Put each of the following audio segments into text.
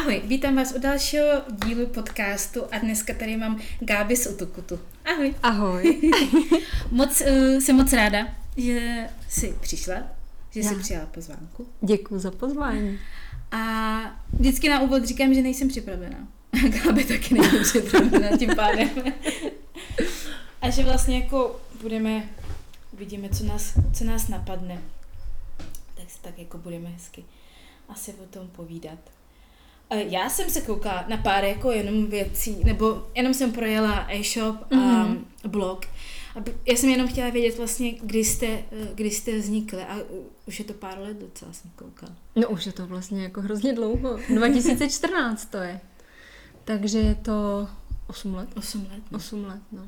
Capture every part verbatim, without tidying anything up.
Ahoj, vítám vás u dalšího dílu podcastu a dneska tady mám Gábi z Utukutu. Ahoj. Ahoj. moc, uh, jsem moc ráda, že jsi přišla, že Já. jsi přijala pozvánku. Děkuji za pozvání. A vždycky na úvod říkám, že nejsem připravená. Gábi taky nejsem připravená tím pádem. A že vlastně jako budeme, vidíme, co nás, co nás napadne. Tak si tak jako budeme hezky asi o tom povídat. Já jsem se koukala na pár jako jenom věcí, nebo jenom jsem projela e-shop a mm-hmm. blog. A já jsem jenom chtěla vědět vlastně, kdy jste, kdy jste vznikli a už je to pár let docela jsem koukala. No už je to vlastně jako hrozně dlouho. dva tisíce čtrnáct to je. Takže je to osm let. osm let. No. osm let, no.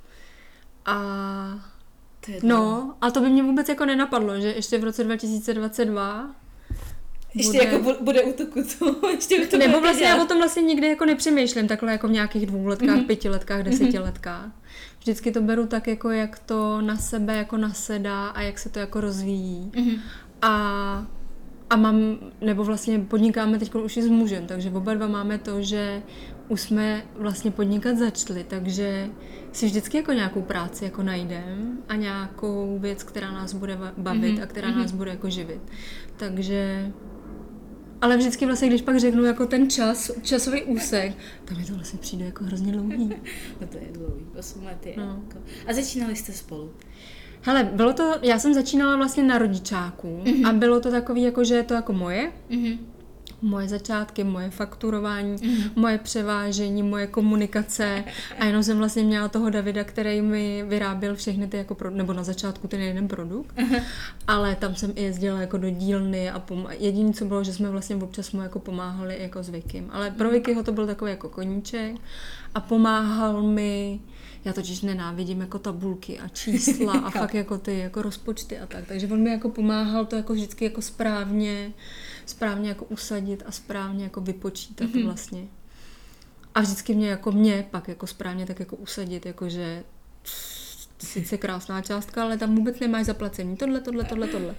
A to je no, a to by mě vůbec jako nenapadlo, že ještě v roce dva tisíce dvacet dva Ještě bude... jako bude Utukutu. Ještě to Nebo vlastně já o tom vlastně nikdy jako nepřemýšlím, takhle jako v nějakých dvouletkách, mm-hmm. pětiletkách, desetiletkách. Vždycky to beru tak jako, jak to na sebe jako nasedá a jak se to jako rozvíjí. Mm-hmm. A, a mám, nebo vlastně podnikáme teď už i s mužem, takže oba dva máme to, že už jsme vlastně podnikat začali, takže si vždycky jako nějakou práci jako najdem a nějakou věc, která nás bude bavit mm-hmm. a která mm-hmm. nás bude jako živit. Takže ale vždycky vlastně, když pak řeknu jako ten čas, časový úsek, tak mi to vlastně přijde jako hrozně dlouhý. No to je dlouhý, osm let je. No. A začínali jste spolu? Hele, bylo to, já jsem začínala vlastně na rodičáku mm-hmm. a bylo to takový jako, že je to jako moje, mm-hmm. moje začátky, moje fakturování, mm-hmm. moje převážení, moje komunikace a jenom jsem vlastně měla toho Davida, který mi vyráběl všechny ty jako, pro, nebo na začátku ten jeden produkt, mm-hmm. ale tam jsem i jezdila jako do dílny a pom- jediné, co bylo, že jsme vlastně občas mu jako pomáhali jako s Vikym, ale pro Vikyho to byl takový jako koníček a pomáhal mi. Já totiž nenávidím jako tabulky a čísla a fakt jako ty jako rozpočty a tak. Takže on mi jako pomáhal to jako vždycky jako správně, správně jako usadit a správně jako vypočítat mm-hmm. vlastně. A vždycky mě jako mě pak jako správně tak jako usadit, jakože sice krásná částka, ale tam vůbec nemáš zaplacení. Tohle, tohle, tohle, tohle.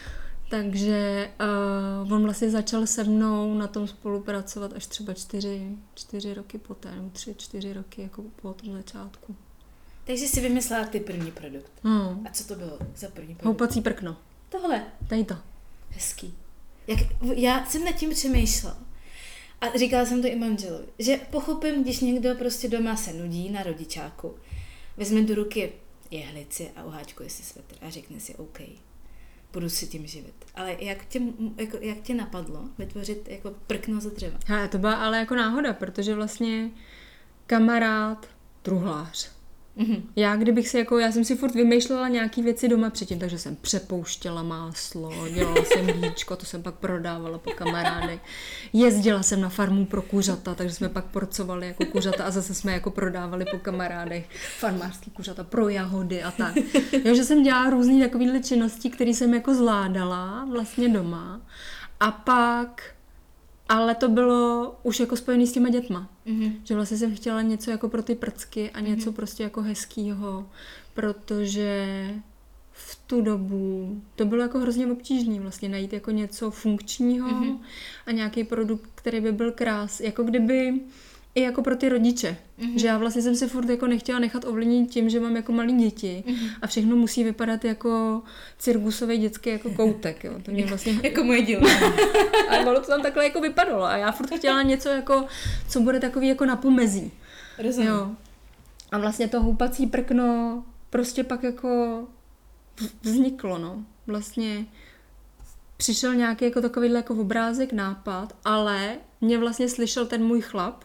Takže uh, on vlastně začal se mnou na tom spolupracovat až třeba čtyři, čtyři roky poté, nebo tři, čtyři roky jako po tom začátku. Takže jsi vymyslela ty první produkt. Hmm. A co to bylo za první produkt? Houpací prkno. Tohle. Tady to. Hezký. Jak, já jsem nad tím přemýšlela. A říkala jsem to i manželovi, že pochopím, když někdo prostě doma se nudí na rodičáku, vezme do ruky jehlici a uháčkuje si svetr a řekne si OK. Budu si tím živit. Ale jak tě, jako, jak tě napadlo vytvořit jako prkno ze dřeva? Ha, to byla ale jako náhoda, protože vlastně kamarád, truhlář. Mm-hmm. Já kdybych si jako, já jsem si furt vymýšlela nějaký věci doma předtím, takže jsem přepouštěla máslo, dělala jsem víčko, to jsem pak prodávala po kamarádech. Jezdila jsem na farmu pro kuřata, takže jsme pak porcovali jako kuřata a zase jsme jako prodávali po kamarádech farmářský kuřata pro jahody a tak. Takže jsem dělala různý takovýhle činnosti, které jsem jako zvládala vlastně doma. A pak ale to bylo už jako spojený s těma dětma. Mm-hmm. Že vlastně jsem chtěla něco jako pro ty prcky a něco mm-hmm. prostě jako hezkýho, protože v tu dobu to bylo jako hrozně obtížné vlastně najít jako něco funkčního mm-hmm. a nějaký produkt, který by byl krás. Jako kdyby i jako pro ty rodiče. Mm-hmm. Že já vlastně jsem se furt jako nechtěla nechat ovlivnit tím, že mám jako malý děti mm-hmm. a všechno musí vypadat jako cirkusový dětský jako koutek. Jo. To mě vlastně... jako moje dílo. A ono to tam takhle jako vypadalo. A já furt chtěla něco jako, co bude takový jako na pomezí. Rozumím. Jo. A vlastně to houpací prkno prostě pak jako vzniklo, no. Vlastně přišel nějaký jako takovýhle jako obrázek, nápad, ale mě vlastně slyšel ten můj chlap,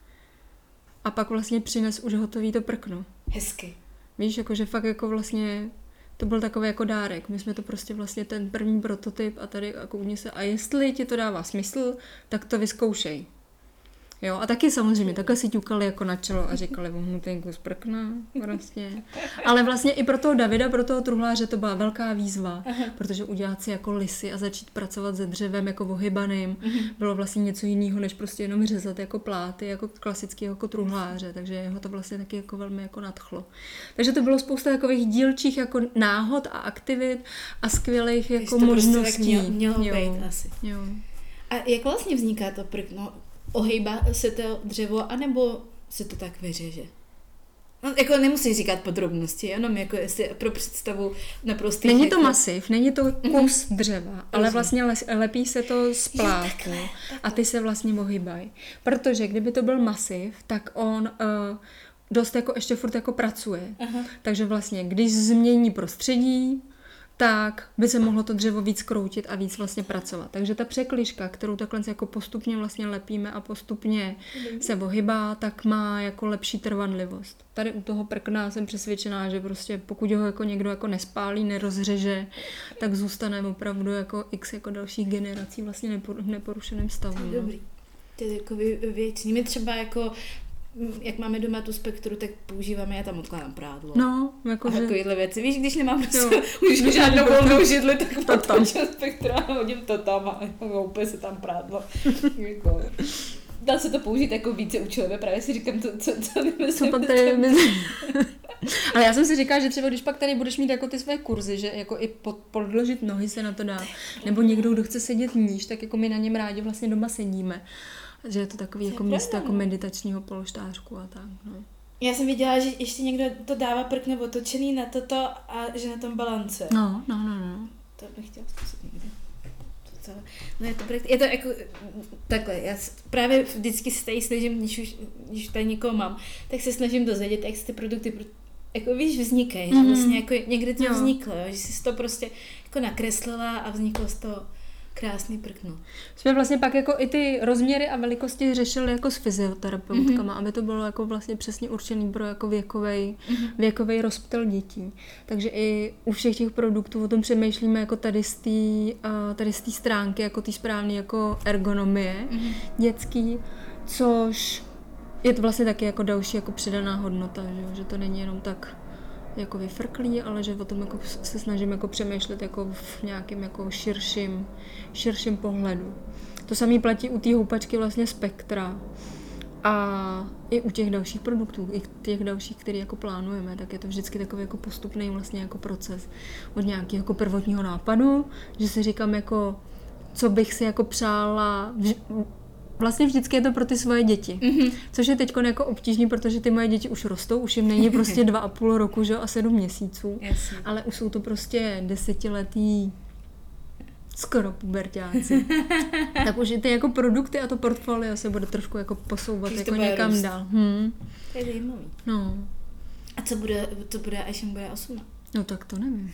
a pak vlastně přines už hotový to prkno. Hezky. Víš, jakože fakt jako vlastně to byl takový jako dárek. My jsme to prostě vlastně ten první prototyp a tady a koukni se. A jestli ti to dává smysl, tak to vyzkoušej. Jo, a taky samozřejmě, takhle si ťukali jako na čelo a říkali, vohnutý kus prkna, vlastně. Ale vlastně i pro toho Davida, pro toho truhláře to byla velká výzva, aha. protože udělat si jako lisy a začít pracovat se dřevem jako ohybaným uh-huh. bylo vlastně něco jiného, než prostě jenom řezat jako pláty, jako klasický jako truhláře, takže ho to vlastně taky jako velmi jako nadchlo. Takže to bylo spousta takových dílčích jako náhod a aktivit a skvělých jako to možností. Prostě mělo, mělo být asi. Jo. A jak vlastně vzniká to prkno? ohejbá se to dřevo, anebo se to tak vyřeže? No, jako nemusíš říkat podrobnosti, jenom jako jestli pro představu naprosto. Není jako... to masiv, není to kus mm-hmm. dřeva, ale vlastně lepí se to z plátku a ty se vlastně ohýbají. Protože kdyby to byl masiv, tak on uh, dost jako ještě furt jako pracuje. Aha. Takže vlastně, když změní prostředí, tak by se mohlo to dřevo víc kroutit a víc vlastně pracovat. Takže ta překližka, kterou takhle jako postupně vlastně lepíme a postupně mm. se ohybá, tak má jako lepší trvanlivost. Tady u toho prkna jsem přesvědčená, že prostě pokud ho jako někdo jako nespálí, nerozřeže, tak zůstane opravdu jako x jako dalších generací vlastně v neporušeném stavu. Dobrý. To je jako věcný. My třeba jako jak máme doma tu Spektru, tak používáme, já tam odkládám prádlo. No, jako a že... takovýhle věci. Víš, když nemám prostě už žádnou volnou židli, tak to tam Spektru a hodím to tam a houpe se tam prádlo. Jako, dá se to použít jako více účelové, právě si říkám, to, co, co nemyslím. Co pak tady vymyslím? Ale já jsem si říkala, že třeba když pak tady budeš mít jako ty své kurzy, že jako i pod, podložit nohy se na to dá, nebo někdo, kdo chce sedět níž, tak jako my na něm rádi vlastně doma sedíme. Že je to takový jako místo jako meditačního polštářku a tak, no. Já jsem viděla, že ještě někdo to dává prkno otočený na toto a že na tom balance. No, no, no, no. To bych chtěla zkusit někdy. To, to, no je to, je to jako takhle, já právě vždycky se tady snažím, když už, když tady někoho mám, tak se snažím dozvědět, jak se ty produkty jako víš, vznikají, mm-hmm. že vlastně jako někdy to jo. vzniklo, jo, že jsi to prostě jako nakreslila a vzniklo z toho krásný prkno. Jsme vlastně pak jako i ty rozměry a velikosti řešili jako s fyzioterapeutkama, mm-hmm. aby to bylo jako vlastně přesně určený pro jako věkovej, mm-hmm. věkovej rozptyl dětí. Takže i u všech těch produktů o tom přemýšlíme jako tady z té tady z té stránky, jako té správné jako ergonomie mm-hmm. dětský, což je to vlastně taky jako další jako přidaná hodnota, že, že to není jenom tak jako vyfrklý, ale že o tom jako se snažím jako přemýšlet jako v nějakém jako širším, širším pohledu. To samé platí u té houpačky vlastně Spektra a i u těch dalších produktů, i těch dalších, které jako plánujeme, tak je to vždycky takový jako postupný vlastně jako proces od nějakého jako prvotního nápadu, že si říkám jako, co bych si jako přála. Vlastně vždycky je to pro ty svoje děti, mm-hmm. což je teď jako obtížný, protože ty moje děti už rostou, už jim není prostě dva a půl roku, že, a sedm měsíců, Jasně. ale už jsou to prostě desetiletí skoro puberťáci. Tak už i ty jako produkty a to portfolio se bude trošku jako posouvat Když jako někam růst. Dál. Hm. To je zajímavý. No. A co bude, to bude, až jim bude osm? No tak to nevím.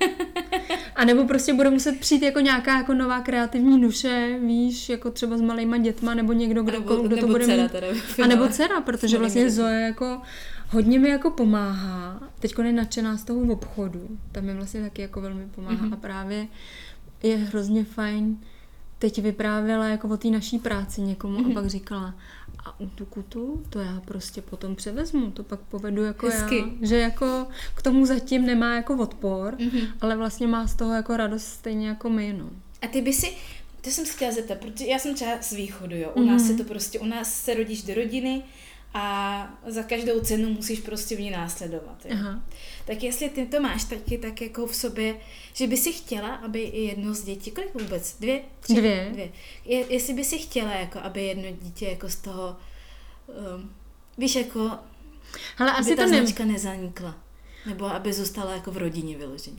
A nebo prostě bude muset přijít jako nějaká jako nová kreativní duše, víš, jako třeba s malejma dětma, nebo někdo, kdo, nebo, kdo to bude mít. Teda, a nebo dcera, protože vlastně Zoe jako hodně mi jako pomáhá. Teďko je nadšená z toho obchodu. Tam mi vlastně taky jako velmi pomáhá. Mm-hmm. A právě je hrozně fajn. Teď vyprávěla jako o té naší práci někomu mm-hmm. a pak říkala, a u tu kutu, to já prostě potom převezmu, to pak povedu jako Hezky. Já. Že jako k tomu zatím nemá jako odpor, mm-hmm. ale vlastně má z toho jako radost stejně jako my, no. A ty by si, to jsem si chtěla zeptat, protože já jsem třeba z východu, jo, u mm-hmm. nás se to prostě, u nás se rodíš do rodiny a za každou cenu musíš prostě v ní následovat, jo. Aha. Tak jestli ty to máš taky tak jako v sobě, že by si chtěla, aby i jedno z dětí, kolik vůbec? Dvě? Tři? Dvě. Dvě. Je, jestli by si chtěla, jako, aby jedno dítě jako z toho, um, víš, jako, hele, aby asi ta to značka ne... nezanikla. Nebo aby zůstala jako v rodině vyložení.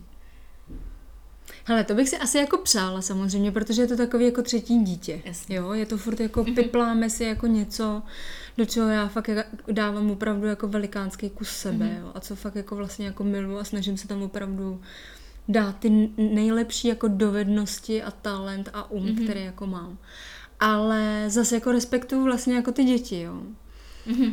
Hele, to bych si asi jako přála samozřejmě, protože je to takový jako třetí dítě. Jasně. Jo, je to furt jako mm-hmm. pipláme si jako něco, do čeho já fakt dávám opravdu jako velikánský kus sebe, mm-hmm. jo, a co fakt jako vlastně jako miluji a snažím se tam opravdu dát ty nejlepší jako dovednosti a talent a um, mm-hmm. který jako mám. Ale zase jako respektuju vlastně jako ty děti, jo. Mm-hmm.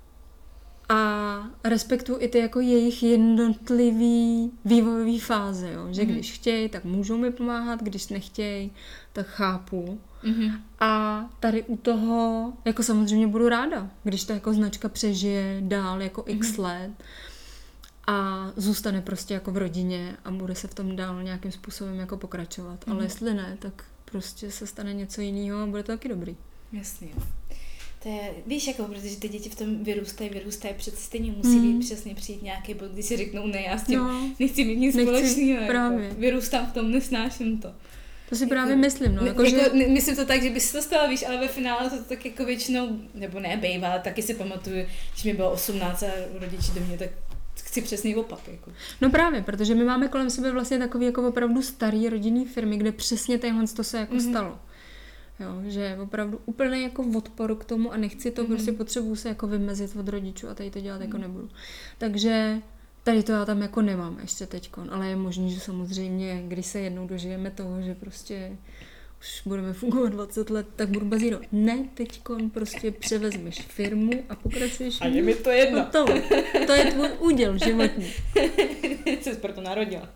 A respektuju i ty jako jejich jednotlivý vývojový fáze, jo? Že mm-hmm. když chtějí, tak můžou mi pomáhat, když nechtějí, tak chápu. Mm-hmm. A tady u toho, jako samozřejmě budu ráda, když ta jako značka přežije dál jako mm-hmm. x let a zůstane prostě jako v rodině a bude se v tom dál nějakým způsobem jako pokračovat. Mm-hmm. Ale jestli ne, tak prostě se stane něco jiného a bude to taky dobrý. Jasně. To je, víš, jako, protože ty děti v tom vyrůstají, vyrůstají, přece stejně musí být mm. přesně přijít nějaký bod, kdy si řeknou, ne, já s tím no, nechci mít nic společného. Jako, vyrůstám v tom, nesnáším to. To si právě jako, myslím, no. Jako, jako, že... Myslím to tak, že by si to stala, víš, ale ve finále to tak jako většinou, nebo ne, bejvá, ale taky si pamatuju, když mi bylo osmnáct a rodiči do mě, tak chci přesný opak. Jako. No právě, protože my máme kolem sebe vlastně takový jako opravdu starý rodinný firmy, kde přesně tenhle to se jako mm-hmm. stalo. Jo, že opravdu úplný jako odpor k tomu a nechci to, mm-hmm. prostě potřebuji se jako vymezit od rodičů a tady to dělat mm-hmm. jako nebudu. Takže tady to já tam jako nemám ještě teďkon, ale je možný, že samozřejmě, když se jednou dožijeme toho, že prostě už budeme fungovat dvacet let, tak budu bazírovat. Ne, teďkon prostě převezmeš firmu a pokračuješ. A je mi to jedno. To, to je tvůj úděl životní. Jsi proto narodila.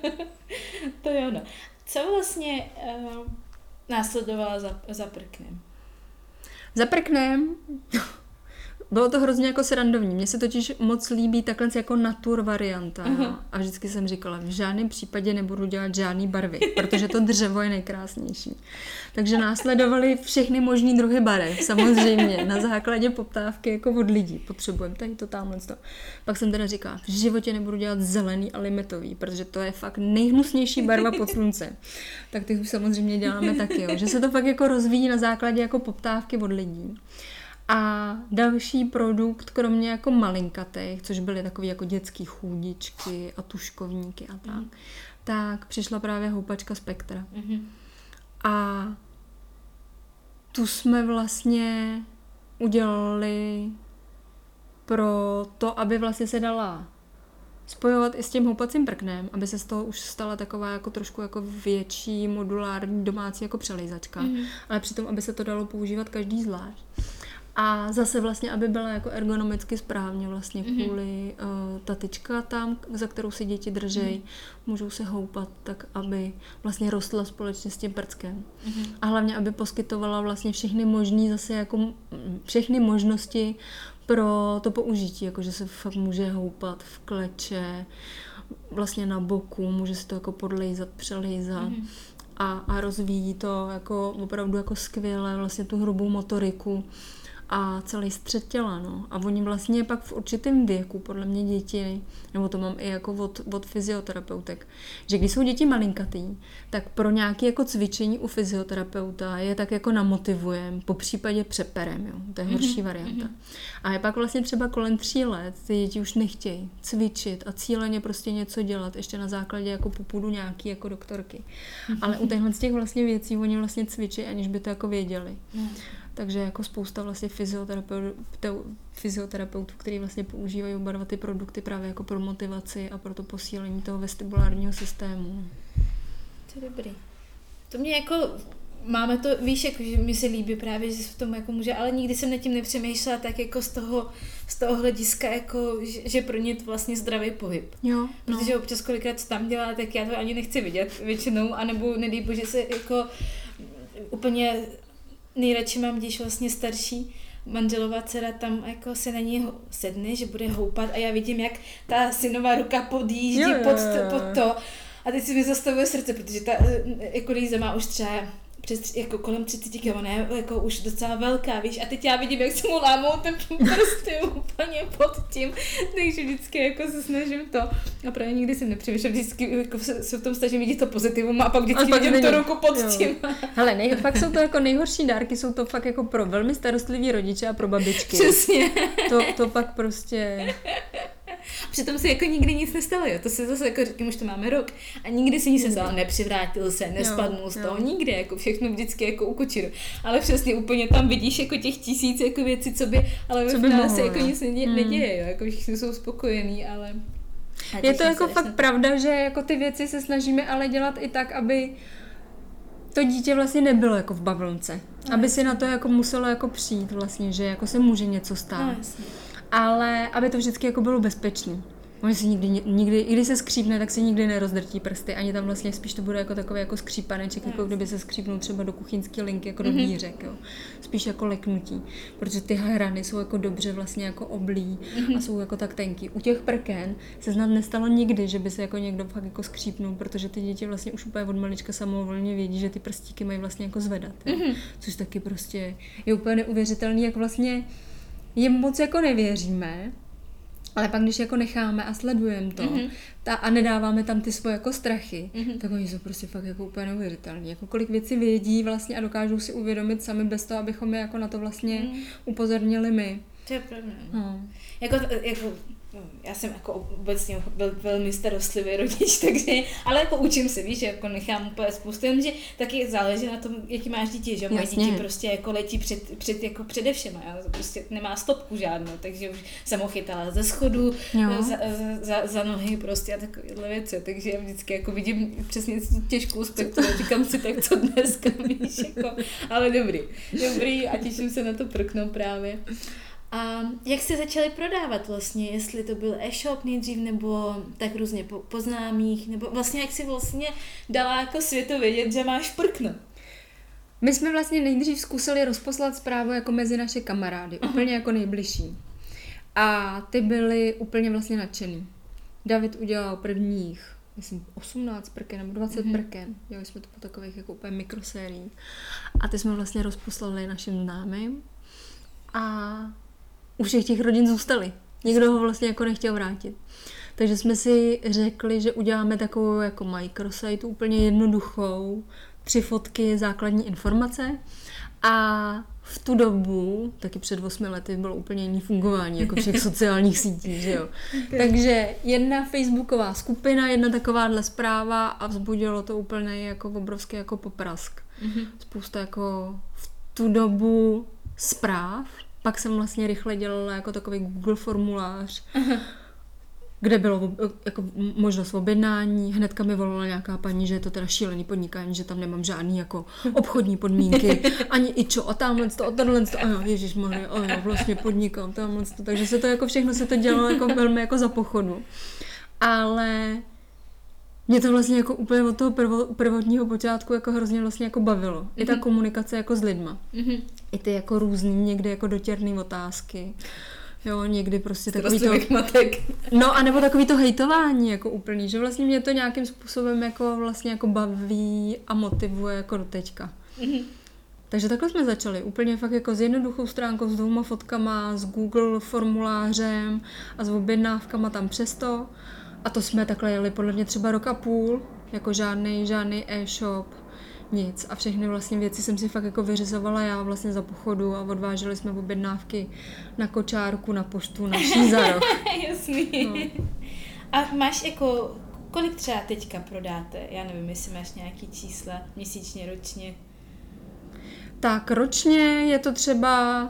To je ono. Co vlastně uh, následovala za, za prknem? Za prknem? Bylo to hrozně jako srandovní. Mně se totiž moc líbí takhle jako natur varianta. Uh-huh. A vždycky jsem říkala, v žádném případě nebudu dělat žádný barvy, protože to dřevo je nejkrásnější. Takže následovaly všechny možný druhy barev, samozřejmě, na základě poptávky jako od lidí. Potřebujeme tady to, tamhle to. Pak jsem teda říkala, v životě nebudu dělat zelený a limetový, protože to je fakt nejhnusnější barva pod sluncem. Tak ty už samozřejmě děláme taky, jo. Že se to fakt jako rozvíjí na základě jako poptávky od lidí. A další produkt, kromě jako malinkatých, což byly takový jako dětský chůdičky a tuškovníky a tak, mm. tak přišla právě houpačka Spektra. Mm-hmm. A tu jsme vlastně udělali pro to, aby vlastně se dala spojovat i s tím houpacím prknem, aby se z toho už stala taková jako trošku jako větší modulární domácí jako přelejzačka, mm-hmm. ale přitom, aby se to dalo používat každý zvlášť. A zase vlastně, aby byla jako ergonomicky správně vlastně kvůli mm-hmm. uh, ta tyčka tam, za kterou si děti držej, mm-hmm. můžou se houpat tak, aby vlastně rostla společně s tím prckem. Mm-hmm. A hlavně, aby poskytovala vlastně všechny možný zase jako všechny možnosti pro to použití, jakože se fakt může houpat v kleče, vlastně na boku, může se to jako podlejzat, přelejzat. Mm-hmm. A, a rozvíjí to jako opravdu jako skvěle vlastně tu hrubou motoriku a celý střed těla, no. A oni vlastně pak v určitém věku, podle mě děti, nebo to mám i jako od, od fyzioterapeutek, že když jsou děti malinkatý, tak pro nějaké jako cvičení u fyzioterapeuta je tak jako namotivujeme, po případě přeperem, jo. To je horší mm-hmm. varianta. A je pak vlastně třeba kolem tří let ty děti už nechtějí cvičit a cíleně prostě něco dělat, ještě na základě jako popudu nějaký jako doktorky. Mm-hmm. Ale u těchhle z těch vlastně věcí oni vlastně cvičí, aniž by to jako věděli. Mm. Takže jako spousta vlastně fyzioterapeutů, fyzioterapeutů, kteří vlastně používají oba dva ty produkty právě jako pro motivaci a pro to posílení toho vestibulárního systému. To je dobrý. To mě jako, máme to, víš, jako, že mi se líbí právě, že se v tom jako může, ale nikdy jsem nad tím nepřemýšlela tak jako z toho, z toho hlediska, jako, že, že pro ně to vlastně zdravý pohyb. Jo, no. Protože občas kolikrát co tam dělá, tak já to ani nechci vidět většinou, anebo nedej bože se jako úplně nejradši mám, když vlastně starší manželová dcera tam jako se na ní sedne, že bude houpat a já vidím, jak ta synová ruka podjíždí jo, jo, jo. Pod, pod to a teď si mi zastavuje srdce, protože ta jako Líza má už třeba přes jako kolem třicet kilo, ne, jako už docela velká, víš, a teď já vidím, jak se mu lámou ten prsty úplně pod tím, takže vždycky jako se snažím to, a právě nikdy jsem nepřemýšlela, vždycky jako se, se v tom snažím vidět to pozitivum a pak vždycky a vidím tu ruku pod jo. tím. Hele, nej, fakt jsou to jako nejhorší dárky, jsou to fakt jako pro velmi starostlivý rodiče a pro babičky. Přesně. To, to pak prostě... Přitom se jako nikdy nic nestalo, jo. To se zase jako říkám, už to máme rok a nikdy se nic nestalo, nepřivrátil se, nespadnul z toho, nikdy, jako všechno vždycky jako u kočíru. Ale přesně úplně tam vidíš jako těch tisíc jako věcí, co by, ale ve finále se jako nic nedě, hmm. neděje, jo. Jako všichni jsou spokojení, ale... Je to jako fakt pravda, že jako ty věci se snažíme ale dělat i tak, aby to dítě vlastně nebylo jako v bavlnce. No, aby si na to jako muselo jako přijít vlastně, že jako se může něco stát. No, ale aby to vždycky jako bylo bezpečný. On si nikdy, nikdy, i když se skřípne, tak si nikdy nerozdrtí prsty, ani tam vlastně spíš to bude jako takový jako skřípaneček, jako kdyby se skřípnul třeba do kuchyňské linky, jako do dvířek, jo. Spíš jako leknutí, protože ty hrany jsou jako dobře vlastně jako oblí a jsou jako tak tenký. U těch prken se snad nestalo nikdy, že by se jako někdo fakt jako skřípnul, protože ty děti vlastně už úplně od malička samovolně vědí, že ty prstíky mají vlastně jako zvedat, jo. Což taky prostě je úplně neuvěřitelný, jak vlastně jim moc jako nevěříme. Ale pak, když jako necháme a sledujeme to mm-hmm. ta, a nedáváme tam ty svoje jako strachy, mm-hmm. tak oni jsou prostě fakt jako úplně neuvěřitelní. Jako kolik věcí vědí vlastně a dokážou si uvědomit sami bez toho, abychom je jako na to vlastně mm. upozornili my. To je pravda. No. Jako, jako, já jsem jako obecně vel, velmi starostlivý rodič, takže, ale jako učím se, víš, jako nechám úplně spoustu, jenže taky záleží na tom, jaký máš dítě, že moje dítě prostě jako letí před, před, jako přede všema, jo? Prostě nemá stopku žádnou, takže už jsem ho chytala ze schodu, za, za, za nohy prostě a takovéhle věci, takže já vždycky jako vidím přesně těžkou spektru, říkám si, tak co dneska, víš, jako, ale dobrý, dobrý a těším se na to prkno právě. A jak jste začali prodávat vlastně, jestli to byl e-shop nejdřív, nebo tak různě po, po známých, nebo vlastně jak si vlastně dala jako světu vědět, že máš prkno? My jsme vlastně nejdřív zkusili rozposlat zprávu jako mezi naše kamarády, uh-huh. úplně jako nejbližší. A ty byli úplně vlastně nadšený. David udělal prvních, myslím, osmnáct prken nebo dvacet uh-huh. prken. Dělali jsme to po takových jako úplně mikrosériích. A ty jsme vlastně rozposlali našim známým. A u všech těch rodin zůstali. Nikdo ho vlastně jako nechtěl vrátit. Takže jsme si řekli, že uděláme takovou jako microsite, úplně jednoduchou, tři fotky, základní informace. A v tu dobu, taky před osmi lety, bylo úplně jiný fungování jako všech sociálních sítí, že jo. Takže jedna facebooková skupina, jedna takováhle zpráva a vzbudilo to úplně jako obrovský jako poprask. Spousta jako v tu dobu zpráv. Pak jsem vlastně rychle dělala jako takový Google formulář, aha. kde bylo jako možnost objednání. Hnedka mi volala nějaká paní, že je to teda šílený podnikání, že tam nemám žádný jako obchodní podmínky, ani ičo a tamhle to a tenhle to. A jo, ježišmarja, a jo, vlastně podnikám tamhle to. Takže se to jako všechno se to dělalo jako velmi jako za pochodu. Ale mě to vlastně jako úplně od toho prvo, prvotního počátku jako hrozně vlastně jako bavilo. Mm-hmm. I ta komunikace jako s lidma. Mm-hmm. I ty jako různý, někdy jako dotěrný otázky. Jo, někdy prostě takový to... matek. No, anebo takový to hejtování jako úplný, že vlastně mě to nějakým způsobem jako vlastně jako baví a motivuje jako do teďka. Mm-hmm. Takže takhle jsme začali. Úplně fakt jako s jednoduchou stránkou, s dvouma fotkama, s Google formulářem a s objednávkama tam přesto. A to jsme takhle jeli podle mě třeba rok a půl, jako žádný, žádný e-shop, nic. A všechny vlastně věci jsem si fakt jako vyřizovala já vlastně za pochodu a odváželi jsme objednávky na kočárku, na poštu, na Šízarok. Jasný. No. A máš jako, kolik třeba teďka prodáte? Já nevím, jestli máš nějaký čísla měsíčně, ročně. Tak ročně je to třeba...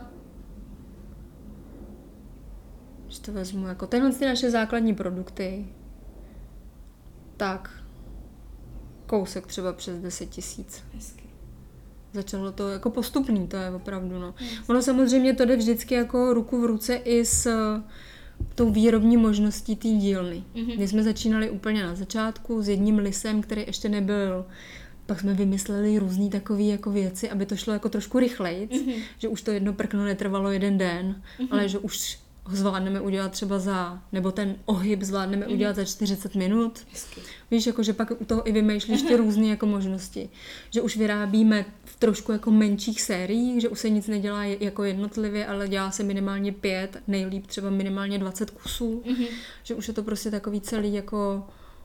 Když to vezmu jako tenhle ty naše základní produkty, tak kousek třeba přes deset tisíc. Hezky. Začalo to jako postupný, to je opravdu, no. Ono samozřejmě to jde vždycky jako ruku v ruce i s tou výrobní možností té dílny. Mm-hmm. Kdy jsme začínali úplně na začátku s jedním lisem, který ještě nebyl. Pak jsme vymysleli různý takové jako věci, aby to šlo jako trošku rychlejc, mm-hmm. že už to jedno prkno netrvalo jeden den, mm-hmm. ale že už ho zvládneme udělat třeba za, nebo ten ohyb zvládneme mm-hmm. udělat za čtyřicet minut. Hezky. Víš, jako, že pak u toho i vymýšlíš ty různé jako možnosti. Že už vyrábíme v trošku jako menších sériích, že už se nic nedělá jako jednotlivě, ale dělá se minimálně pět, nejlíp třeba minimálně dvacet kusů. Mm-hmm. Že už je to prostě takový celý jako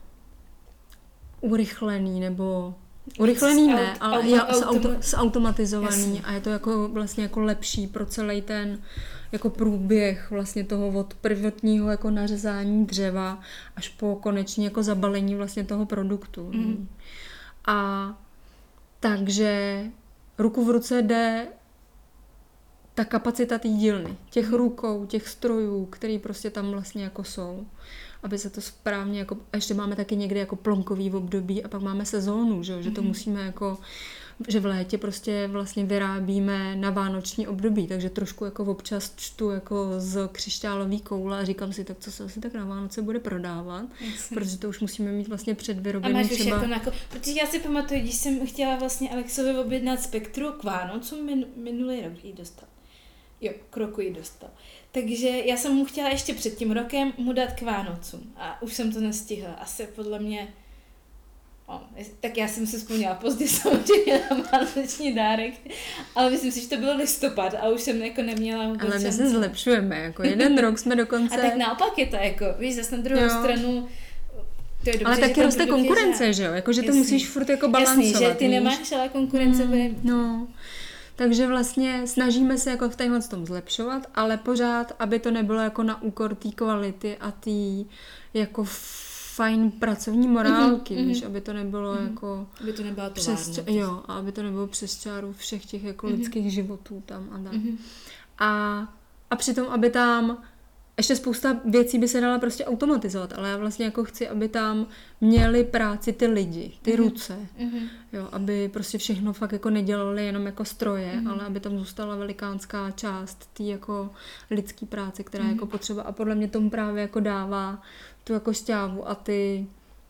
urychlený, nebo urychlený ne, ale auto, zautomatizovaný a je to jako vlastně jako lepší pro celý ten jako průběh vlastně toho od prvotního jako nařezání dřeva až po konečně jako zabalení vlastně toho produktu. Mm. A takže ruku v ruce jde ta kapacita té dílny, těch rukou, těch strojů, který prostě tam vlastně jako jsou, aby se to správně jako, a ještě máme taky někdy jako plonkový období a pak máme sezónu, že, že to musíme jako, že v létě prostě vlastně vyrábíme na vánoční období, takže trošku jako občas čtu jako z křišťálový koule a říkám si, tak co se asi tak na Vánoce bude prodávat, Jasně. protože to už musíme mít vlastně předvyrobený. A máš třeba... už jako na, protože já si pamatuju, když jsem chtěla vlastně Alexovi objednat Spektru k Vánocům, min, minulý rok ji dostal. Jo, k roku ji dostal. Takže já jsem mu chtěla ještě před tím rokem mu dát k Vánocům a už jsem to nestihla. Asi podle mě O, tak já jsem se vzpomněla pozdě samozřejmě na vánoční dárek, ale myslím si, že to byl listopad a už jsem jako neměla vůbec. Ale my se zlepšujeme, jako jeden rok jsme dokonce... A tak naopak je to jako, víš, zase na druhou jo. stranu... To je dobře, ale taky roste konkurence, je, že jo? Jako, že to musíš furt jako balancovat. Jasný, že ty víš? Nemáš ale konkurence. Mm, no. Takže vlastně snažíme se jako v téhle tom zlepšovat, ale pořád, aby to nebylo jako na úkor té kvality a té jako fajn pracovní morálky, mm-hmm. víš, aby to nebylo mm-hmm. jako... Aby to nebylo přes, jo, a aby to nebylo přes čáru všech těch jako mm-hmm. lidských životů tam a tam. Mm-hmm. A, a přitom, aby tam ještě spousta věcí by se dala prostě automatizovat, ale já vlastně jako chci, aby tam měli práci ty lidi, ty mm-hmm. ruce, mm-hmm. jo, aby prostě všechno fakt jako nedělali jenom jako stroje, mm-hmm. ale aby tam zůstala velikánská část té jako lidský práce, která mm-hmm. je jako potřeba a podle mě tomu právě jako dává tu jako šťávu a ty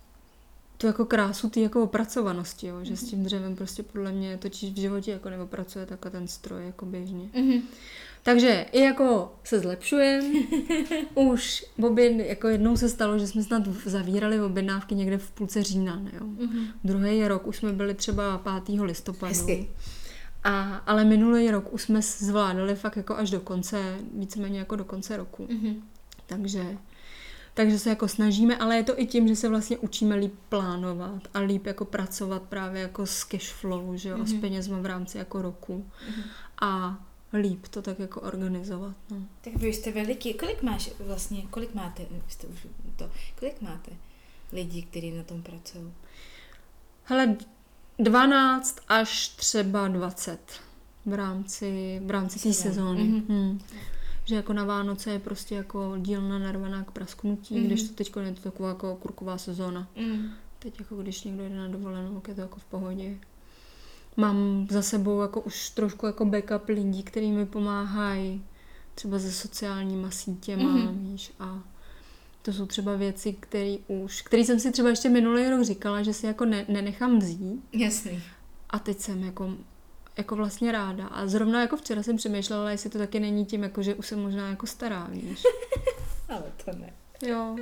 tu jako krásu ty jako opracovanosti, jo, mm-hmm. že s tím dřevem prostě podle mě točíš v životě jako neopracuje takhle ten stroj jako běžně. Mm-hmm. Takže i jako se zlepšujeme. Už oběd, jako jednou se stalo, že jsme snad zavírali objednávky někde v půlce října, ne, jo. Mm-hmm. Druhý rok už jsme byli třeba pátého listopadu. Hezky. A, ale minulý rok už jsme zvládali fakt jako až do konce, víceméně jako do konce roku. Mm-hmm. Takže, takže se jako snažíme, ale je to i tím, že se vlastně učíme líp plánovat a líp jako pracovat právě jako s cash flow, že jo, mm-hmm. a s penězma v rámci jako roku. Mm-hmm. A líp to tak jako organizovat, no. Tak vy jste veliký, kolik máš vlastně, kolik máte, jste už to, kolik máte lidí, kteří na tom pracují? Hele, dvanáct až třeba dvacet v rámci, v rámci té sezóny. Mm-hmm. Hmm. Že jako na Vánoce je prostě jako dílna narvaná k prasknutí, mm-hmm. když to teď je to taková jako kurková sezóna. Mm. Teď jako když někdo jde na dovolenou, je to jako v pohodě. Mám za sebou jako už trošku jako backup lidí, kteří mi pomáhají třeba se sociálníma sítěma, mm-hmm. víš, a to jsou třeba věci, které už, který jsem si třeba ještě minulý rok říkala, že si jako ne, nenechám vzít. Jasný. A teď jsem jako, jako vlastně ráda. A zrovna jako včera jsem přemýšlela, jestli to taky není tím, jako, že už jsem možná jako stará, víš. Ale to ne. Jo.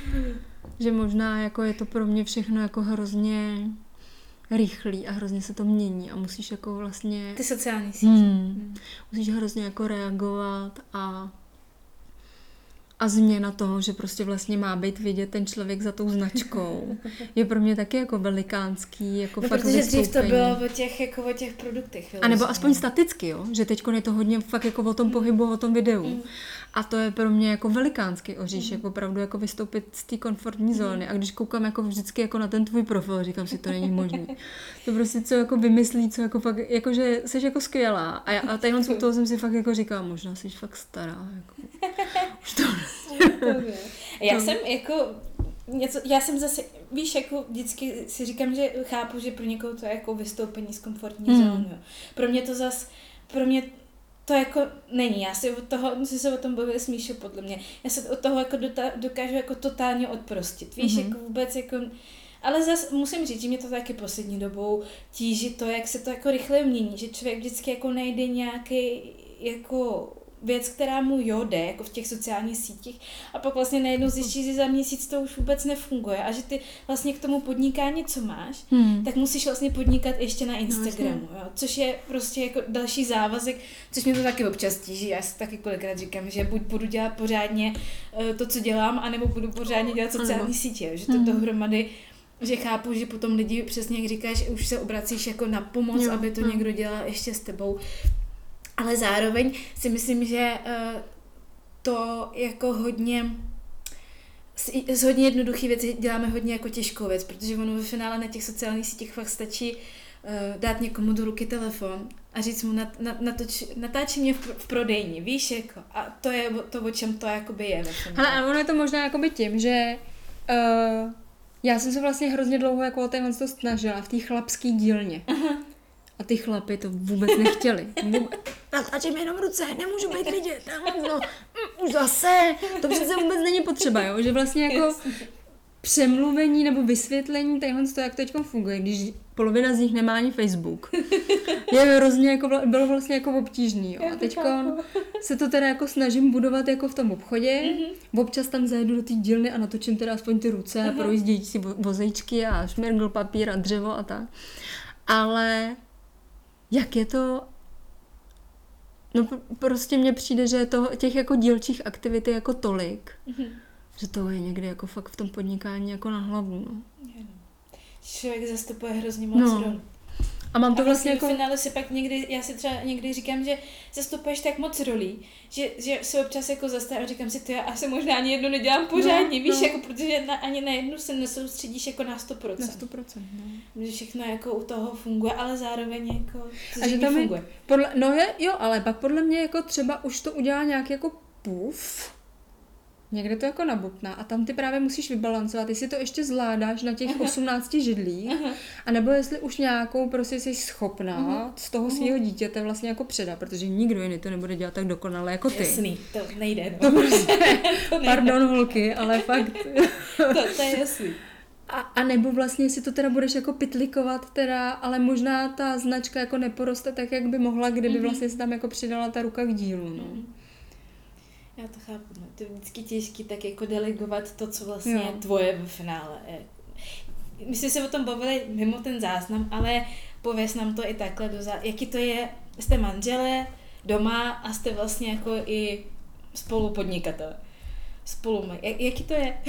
Že možná jako je to pro mě všechno jako hrozně rychlý a hrozně se to mění a musíš jako vlastně... Ty sociální sítě. Hmm, hmm. Musíš hrozně jako reagovat a a změna toho, že prostě vlastně má být vidět ten člověk za tou značkou, je pro mě taky jako velikánský, jako no, fakt protože dřív to bylo o těch, jako o těch produktech. A nebo aspoň staticky, jo? Že teďko je to hodně fakt jako o tom pohybu, o tom videu. Mm. A to je pro mě jako velikánský oříšek, mm. opravdu jako vystoupit z té komfortní zóny. Mm. A když koukám jako vždycky jako na ten tvůj profil, říkám si, to není možný. To prostě co jako vymyslí, co jako fakt, jako že jsi jako skvělá. A, já, a tadyhle z toho jsem si fakt jako říkala, možná jsi fakt stará. Jako. Už to Já no. jsem jako něco, já jsem zase, víš, jako vždycky si říkám, že chápu, že pro někoho to je jako vystoupení z komfortní mm. zóny. Pro mě to zas, pro mě to jako není. Já si od toho, musím se o tom bavit s Míšou, podle mě. Já se od toho jako dokážu jako totálně odprostit. Víš, mm-hmm. jako vůbec jako... Ale zase musím říct, že mě to taky poslední dobou tíží to, jak se to jako rychle mění, že člověk vždycky jako najde nějaký jako věc, která mu jo jde, jako v těch sociálních sítích, a pak vlastně najednou zjistíš, že za měsíc to už vůbec nefunguje a že ty vlastně k tomu podnikání, co máš, hmm. tak musíš vlastně podnikat ještě na Instagramu, jo? Což je prostě jako další závazek, což mě to taky občas tíží. Já si taky kolikrát říkám, že buď budu dělat pořádně to, co dělám, anebo budu pořádně dělat sociální sítě, že to hmm. dohromady, že chápu, že potom lidi přesně, jak říkáš, už se obracíš jako na pomoc, jo. aby to hmm. někdo dělal ještě s tebou. Ale zároveň si myslím, že uh, to jako hodně, z hodně jednoduchých věcí děláme hodně jako těžkou věc, protože ono ve finále na těch sociálních sítích fakt stačí uh, dát někomu do ruky telefon a říct mu nat, nat, natoč, natáči mě v, v prodejni, víš, jako, a to je to, o čem to jakoby je. Hele, ale ono je to možná jakoby tím, že uh, já jsem se vlastně hrozně dlouho jako o téhle to snažila v té chlapské dílně. Aha. A ty chlapy to vůbec nechtěli. Natáčím jenom ruce, nemůžu být vidět. No, už zase. To přece vůbec není potřeba, jo? Že vlastně jako přemluvení nebo vysvětlení téhle, jak to teď funguje. Když polovina z nich nemá ani Facebook. Je hrozně jako, bylo vlastně jako obtížný, jo. A teďka se to teda jako snažím budovat jako v tom obchodě. Mm-hmm. Občas tam zajedu do té dílny a natočím teda aspoň ty ruce a projíždějí si vozejčky a šmirgl, papír a dřevo a tak. Ale jak je to... No prostě mně přijde, že to, těch jako dílčích aktivit je jako tolik, mm-hmm. že to je někdy jako fakt v tom podnikání jako na hlavu, no. Člověk zastupuje hrozně moc no. rol. A mám to a vlastně, vlastně jako... v finále si pak někdy, já si třeba někdy říkám, že zastupuješ tak moc rolí, že, že se občas jako zastavím a říkám si, to já asi možná ani jednu nedělám pořádně, no, víš, no. jako protože na, ani na jednu se nesoustředíš jako na sto procent. Na sto procent, no. Že všechno jako u toho funguje, ale zároveň jako to a že tam funguje. Podle, no je, jo, ale pak podle mě jako třeba už to udělá nějaký jako puf, někde to jako nabupná a tam ty právě musíš vybalancovat, jestli to ještě zvládáš na těch osmnácti židlích, anebo jestli už nějakou prostě jsi schopná uh-huh. z toho svého dítěte vlastně jako předat, protože nikdo jiný to nebude dělat tak dokonale jako ty. Jasný, to nejde. No. To prostě, to nejde. Pardon holky, ale fakt. to, to je jasný. A, a nebo vlastně, jestli to teda budeš jako pitlikovat teda, ale možná ta značka jako neporoste tak, jak by mohla, kdyby uh-huh. vlastně se tam jako přidala ta ruka k dílu, no. Uh-huh. Já to chápu, no. To je vždycky těžké tak jako delegovat to, co vlastně jo. je tvoje v finále. My jsme se o tom bavili mimo ten záznam, ale pověz nám to i takhle do zá... Jaký to je, jste manželé doma a jste vlastně jako i spolupodnikatel. Spolu, jak, jaký to je?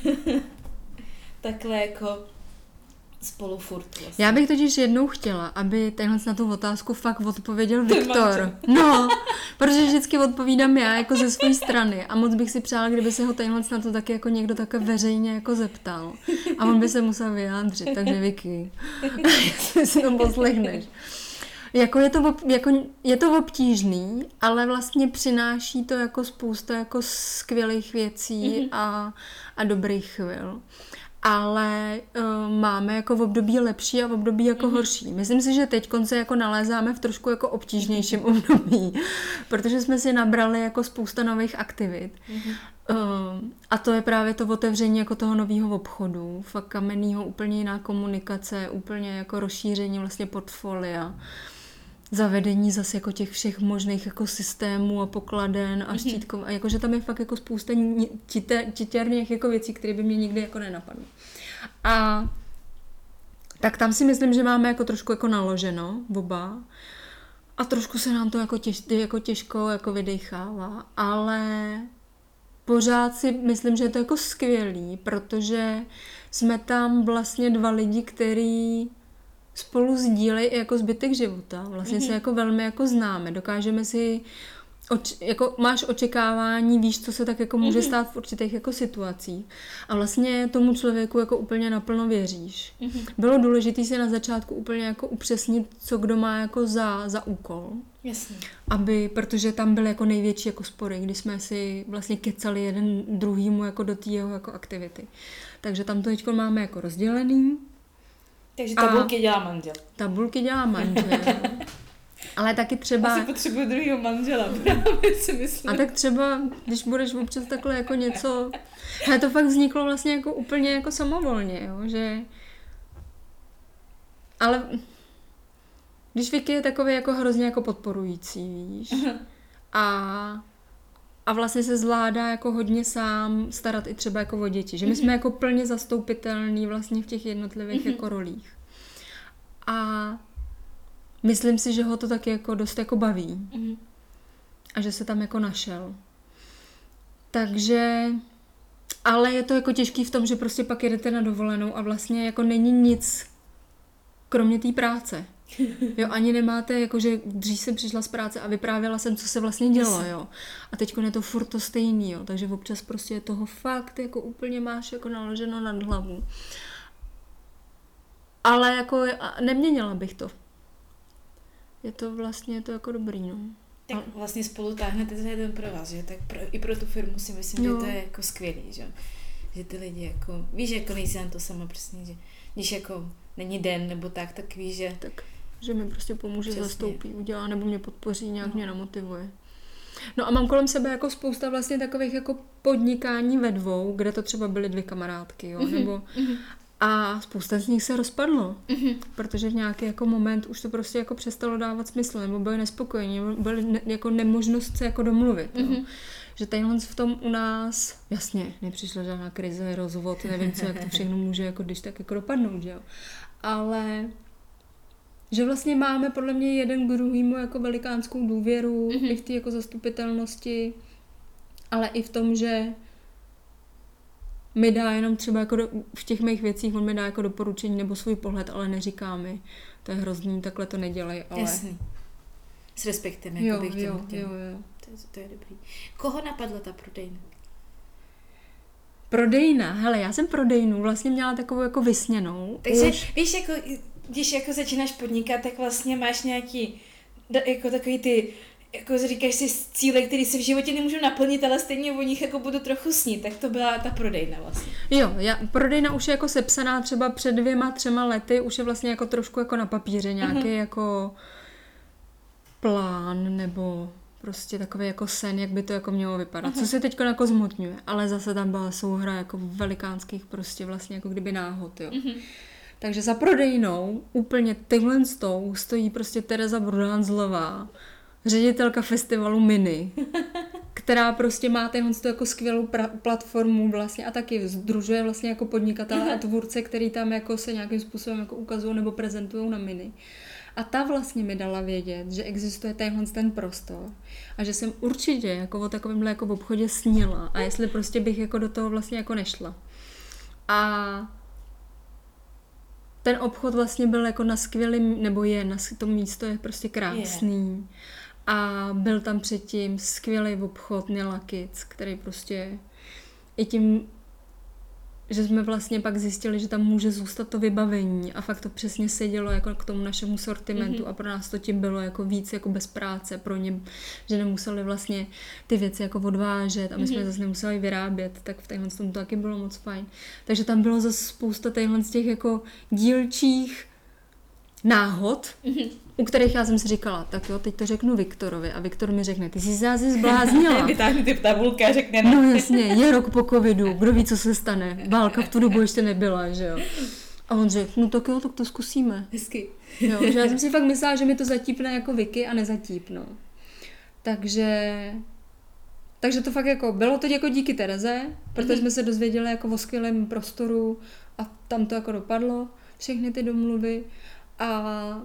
Takhle jako spolu furt vlastně. Já bych totiž jednou chtěla, aby tenhle na tu otázku fakt odpověděl Viktor. No, protože vždycky odpovídám já jako ze své strany a moc bych si přála, kdyby se ho tenhle na to taky jako někdo také veřejně jako zeptal. A on by se musel vyjádřit, takže Vicky, jestli si to poslechneš. Jako je, to, jako je to obtížný, ale vlastně přináší to jako spousta jako skvělých věcí mm-hmm. a, a dobrých chvil. Ale uh, máme jako v období lepší a v období jako mm-hmm. horší. Myslím si, že teď se jako nalézáme v trošku jako obtížnějším období, protože jsme si nabrali jako spousta nových aktivit. Mm-hmm. Uh, a to je právě to otevření jako toho nového obchodu, fakt kamennýho, úplně jiná komunikace, úplně jako rozšíření vlastně portfolia. Zavedení zase jako těch všech možných jako systémů a pokladen a štítkov. A jakože tam je fakt jako spousta titěrných jako věcí, které by mě nikdy jako nenapadly. A tak tam si myslím, že máme jako trošku jako naloženo oba. A trošku se nám to jako, těž, jako těžko jako vydechává. Ale pořád si myslím, že je to jako skvělý, protože jsme tam vlastně dva lidi, který spolu sdílejí i jako zbytek života. Vlastně mm-hmm. se jako velmi jako známe. Dokážeme si, oč, jako máš očekávání, víš, co se tak jako může mm-hmm. stát v určitých jako situacích. A vlastně tomu člověku jako úplně naplno věříš. Mm-hmm. Bylo důležité si na začátku úplně jako upřesnit, co kdo má jako za, za úkol. Jasně. Aby, protože tam byly jako největší jako spory, kdy jsme si vlastně kecali jeden druhýmu jako do té jeho jako aktivity. Takže tam to teďko máme jako rozdělený. Takže tabulky a dělá manžel. Tabulky dělá manžel. Ale taky třeba... Asi potřebuji druhýho manžela, právě si myslím. A tak třeba, když budeš občas takhle jako něco... Ale to fakt vzniklo vlastně jako úplně jako samovolně, jo, že... Ale... Když Vicky je takový jako hrozně jako podporující, víš. A... A vlastně se zvládá jako hodně sám starat i třeba jako o děti. Že my jsme jako plně zastoupitelní vlastně v těch jednotlivých mm-hmm. jako rolích. A myslím si, že ho to taky jako dost jako baví. Mm-hmm. A že se tam jako našel. Takže... Ale je to jako těžký v tom, že prostě pak jedete na dovolenou a vlastně jako není nic kromě té práce. Jo, ani nemáte, jakože dřív jsem přišla z práce a vyprávěla jsem, co se vlastně dělo, jo. A teďko je to furt to stejný, jo. Takže občas prostě je toho fakt, jako úplně máš jako naloženo nad hlavu. Ale jako neměnila bych to. Je to vlastně, je to jako dobrý, no. Tak vlastně spolu táhnete za jeden pro vás, že? Tak pro, i pro tu firmu si myslím, no. že to je jako skvělý, že? Že ty lidi jako, víš, jako nejsi na to sama přesně, že když jako není den nebo tak, tak víš, že... Tak, že mi prostě pomůže, přesně. Zastoupí, udělá, nebo mě podpoří, nějak no. mě namotivuje. No a mám kolem sebe jako spousta vlastně takových jako podnikání ve dvou, kde to třeba byly dvě kamarádky, jo, mm-hmm. nebo... Mm-hmm. A spousta z nich se rozpadlo, mm-hmm. protože v nějaký jako moment už to prostě jako přestalo dávat smysl, nebo byli nespokojení, nebo byly ne, jako nemožnost se jako domluvit. Mm-hmm. Že tadyhle v tom u nás, jasně, nepřišla žádná krize, rozvod, nevím co, jak to všechno může jako když tak jako dopadnout, že jo. Ale že vlastně máme podle mě jeden k druhému jako velikánskou důvěru, mm-hmm. i v té jako zastupitelnosti, ale i v tom, že mi dá jenom třeba jako do, v těch mých věcích, on mi dá jako doporučení nebo svůj pohled, ale neříká mi, to je hrozný, takhle to nedělej, ale... Jasný. S respektem, jako jo, bych jo, chtěl. jo, jo. To je, to je dobrý. Koho napadla ta prodejna? Prodejna, hele, já jsem prodejnu vlastně měla takovou jako vysněnou. Takže už... víš, jako, když jako začínáš podnikat, tak vlastně máš nějaký, jako takový ty, jako říkáš si cíle, které se v životě nemůžou naplnit, ale stejně o nich jako budu trochu snít, tak to byla ta prodejna vlastně. Jo, já, prodejna už je jako sepsaná třeba před dvěma, třema lety, už je vlastně jako trošku jako na papíře nějaký uh-huh. jako plán nebo prostě takový jako sen, jak by to jako mělo vypadat. Uh-huh. Co se teď jako zmotňuje, ale zase tam byla souhra jako velikánských prostě vlastně jako kdyby náhod, jo. Uh-huh. Takže za prodejnou úplně tyhle s tou stojí prostě Tereza Brudánzlová, ředitelka festivalu Mini, která prostě má tenhle jako skvělou pra- platformu vlastně a taky sdružuje vlastně jako podnikatele a tvůrce, který tam jako se nějakým způsobem jako ukazují nebo prezentují na Mini. A ta vlastně mi dala vědět, že existuje tenhle ten prostor a že jsem určitě jako o takovémhle jako v obchodě snila a jestli prostě bych jako do toho vlastně jako nešla. A ten obchod vlastně byl jako na skvělým, nebo je, na to místo je prostě krásný. Je. A byl tam předtím skvělý obchod Nila Kids, který prostě i tím, že jsme vlastně pak zjistili, že tam může zůstat to vybavení a fakt to přesně sedělo jako k tomu našemu sortimentu mm-hmm. a pro nás to tím bylo jako víc jako bez práce pro ně, že nemuseli vlastně ty věci jako odvážet a my mm-hmm. jsme zase nemuseli vyrábět, tak v téhle tom to taky bylo moc fajn. Takže tam bylo zase spousta těchhle z těch jako dílčích náhod, mm-hmm. u kterých já jsem si říkala, tak jo, teď to řeknu Viktorovi a Viktor mi řekne, ty jsi se asi zbláznila. Vytáhni ty tabulka a řekne ne. No jasně, je rok po covidu, kdo ví, co se stane. Válka v tu dobu ještě nebyla, že jo. A on řekl, no tak jo, tak to zkusíme. Hezky. Jo, že já jsem si fakt myslela, že mi to zatípne jako Vicky a nezatípno. Takže... Takže to fakt jako, bylo to jako díky Tereze, protože mm-hmm. jsme se dozvěděli jako o skvělém prostoru a tam to jako dopadlo, všechny ty domluvy. A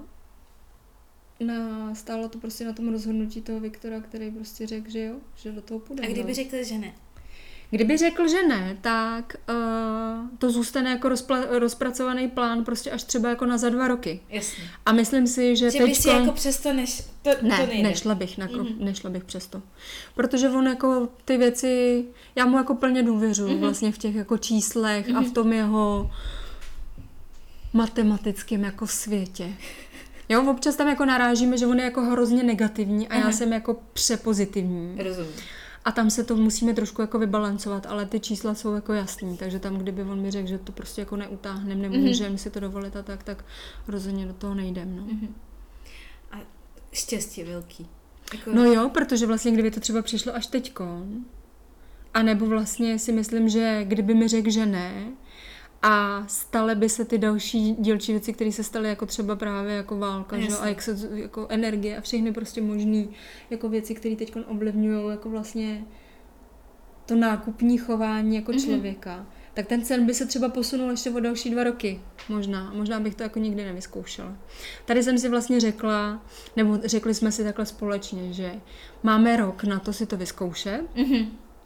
na, stálo to prostě na tom rozhodnutí toho Viktora, který prostě řekl, že jo, že do toho půjde. A kdyby řekl, že ne? Kdyby řekl, že ne, tak uh, to zůstane jako rozpla- rozpracovaný plán prostě až třeba jako na za dva roky. Jasně. A myslím si, že, že teďko... by si jako přesto neš... to, ne, to nejde. nešla bych, na krok, mm-hmm. nešla bych přesto. Protože on jako ty věci, já mu jako plně důvěřuji mm-hmm. vlastně v těch jako číslech mm-hmm. a v tom jeho matematickém jako světě. Jo, občas tam jako narážíme, že on je jako hrozně negativní a Aha. já jsem jako přepozitivní. Rozumím. A tam se to musíme trošku jako vybalancovat, ale ty čísla jsou jako jasný, takže tam, kdyby on mi řekl, že to prostě jako neutáhneme, nemůžeme mm-hmm. si to dovolit a tak, tak rozhodně do toho nejdem, no. Mm-hmm. A štěstí velký. Jako... No jo, protože vlastně kdyby to třeba přišlo až teďko, a nebo vlastně si myslím, že kdyby mi řekl, že ne, a staly by se ty další dílčí věci, které se staly jako třeba právě jako válka, že? A jak se, jako energie a všechny prostě možný jako věci, které teď ovlivňují jako vlastně to nákupní chování jako mm-hmm. člověka, tak ten cen by se třeba posunul ještě o další dva roky. Možná. Možná bych to jako nikdy nevyzkoušela. Tady jsem si vlastně řekla, nebo řekli jsme si takhle společně, že máme rok na to si to vyzkoušet. Mm-hmm.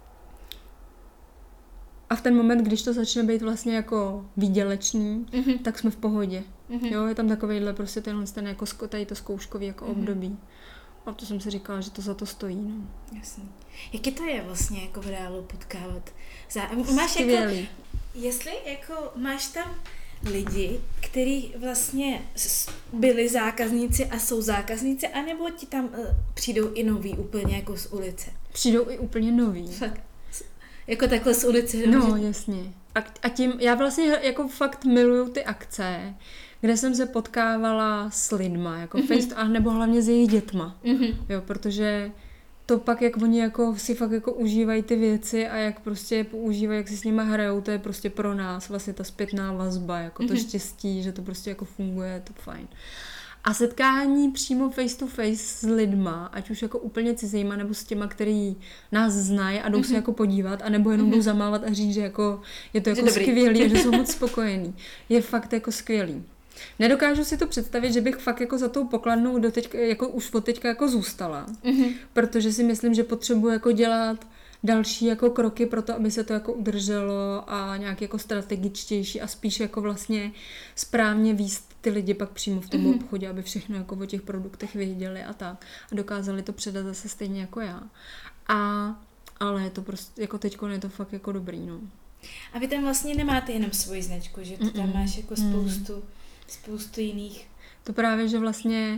A v ten moment, když to začne být vlastně jako výdělečný, mm-hmm. tak jsme v pohodě. Mm-hmm. Jo, je tam takovejhle prostě tenhle ten jako tady to zkouškový jako mm-hmm. období. A to jsem si říkala, že to za to stojí, no. Jasně. Jaký to je vlastně jako v reálu potkávat? Za, máš Skvělý. Jako, jestli jako máš tam lidi, kteří vlastně byli zákazníci a jsou zákazníci, anebo ti tam uh, přijdou i noví úplně jako z ulice? Přijdou i úplně noví. Fakt. Jako takhle z ulice. No, že... jasně. A, a tím, já vlastně jako fakt miluju ty akce, kde jsem se potkávala s lidma, jako mm-hmm. face, a nebo hlavně s jejich dětma. Mm-hmm. Jo, protože to pak, jak oni jako si fakt jako užívají ty věci a jak prostě je používají, jak si s nima hrajou, to je prostě pro nás vlastně ta zpětná vazba, jako to mm-hmm. štěstí, že to prostě jako funguje, to fajn. A setkání přímo face to face s lidma, ať už jako úplně cizíma, nebo s těma, který nás znají a jdou mm-hmm. se jako podívat, anebo jenom mm-hmm. jdou zamávat a říct, že jako je to jako skvělý a že jsou moc spokojení. Je fakt jako skvělý. Nedokážu si to představit, že bych fakt jako za tou pokladnou doteď, jako už od teďka jako zůstala, mm-hmm. protože si myslím, že potřebuji jako dělat další jako kroky pro to, aby se to jako udrželo a nějak jako strategičtější a spíš jako vlastně správně víst ty lidi pak přímo v tom mm-hmm. obchodě, aby všechno jako o těch produktech věděli a tak a dokázali to předat zase stejně jako já. A ale je to prostě, jako teďko je to fakt jako dobrý, no. A vy tam vlastně nemáte jenom svoji značku, že ty tam máš jako spoustu, mm. spoustu jiných. To právě, že vlastně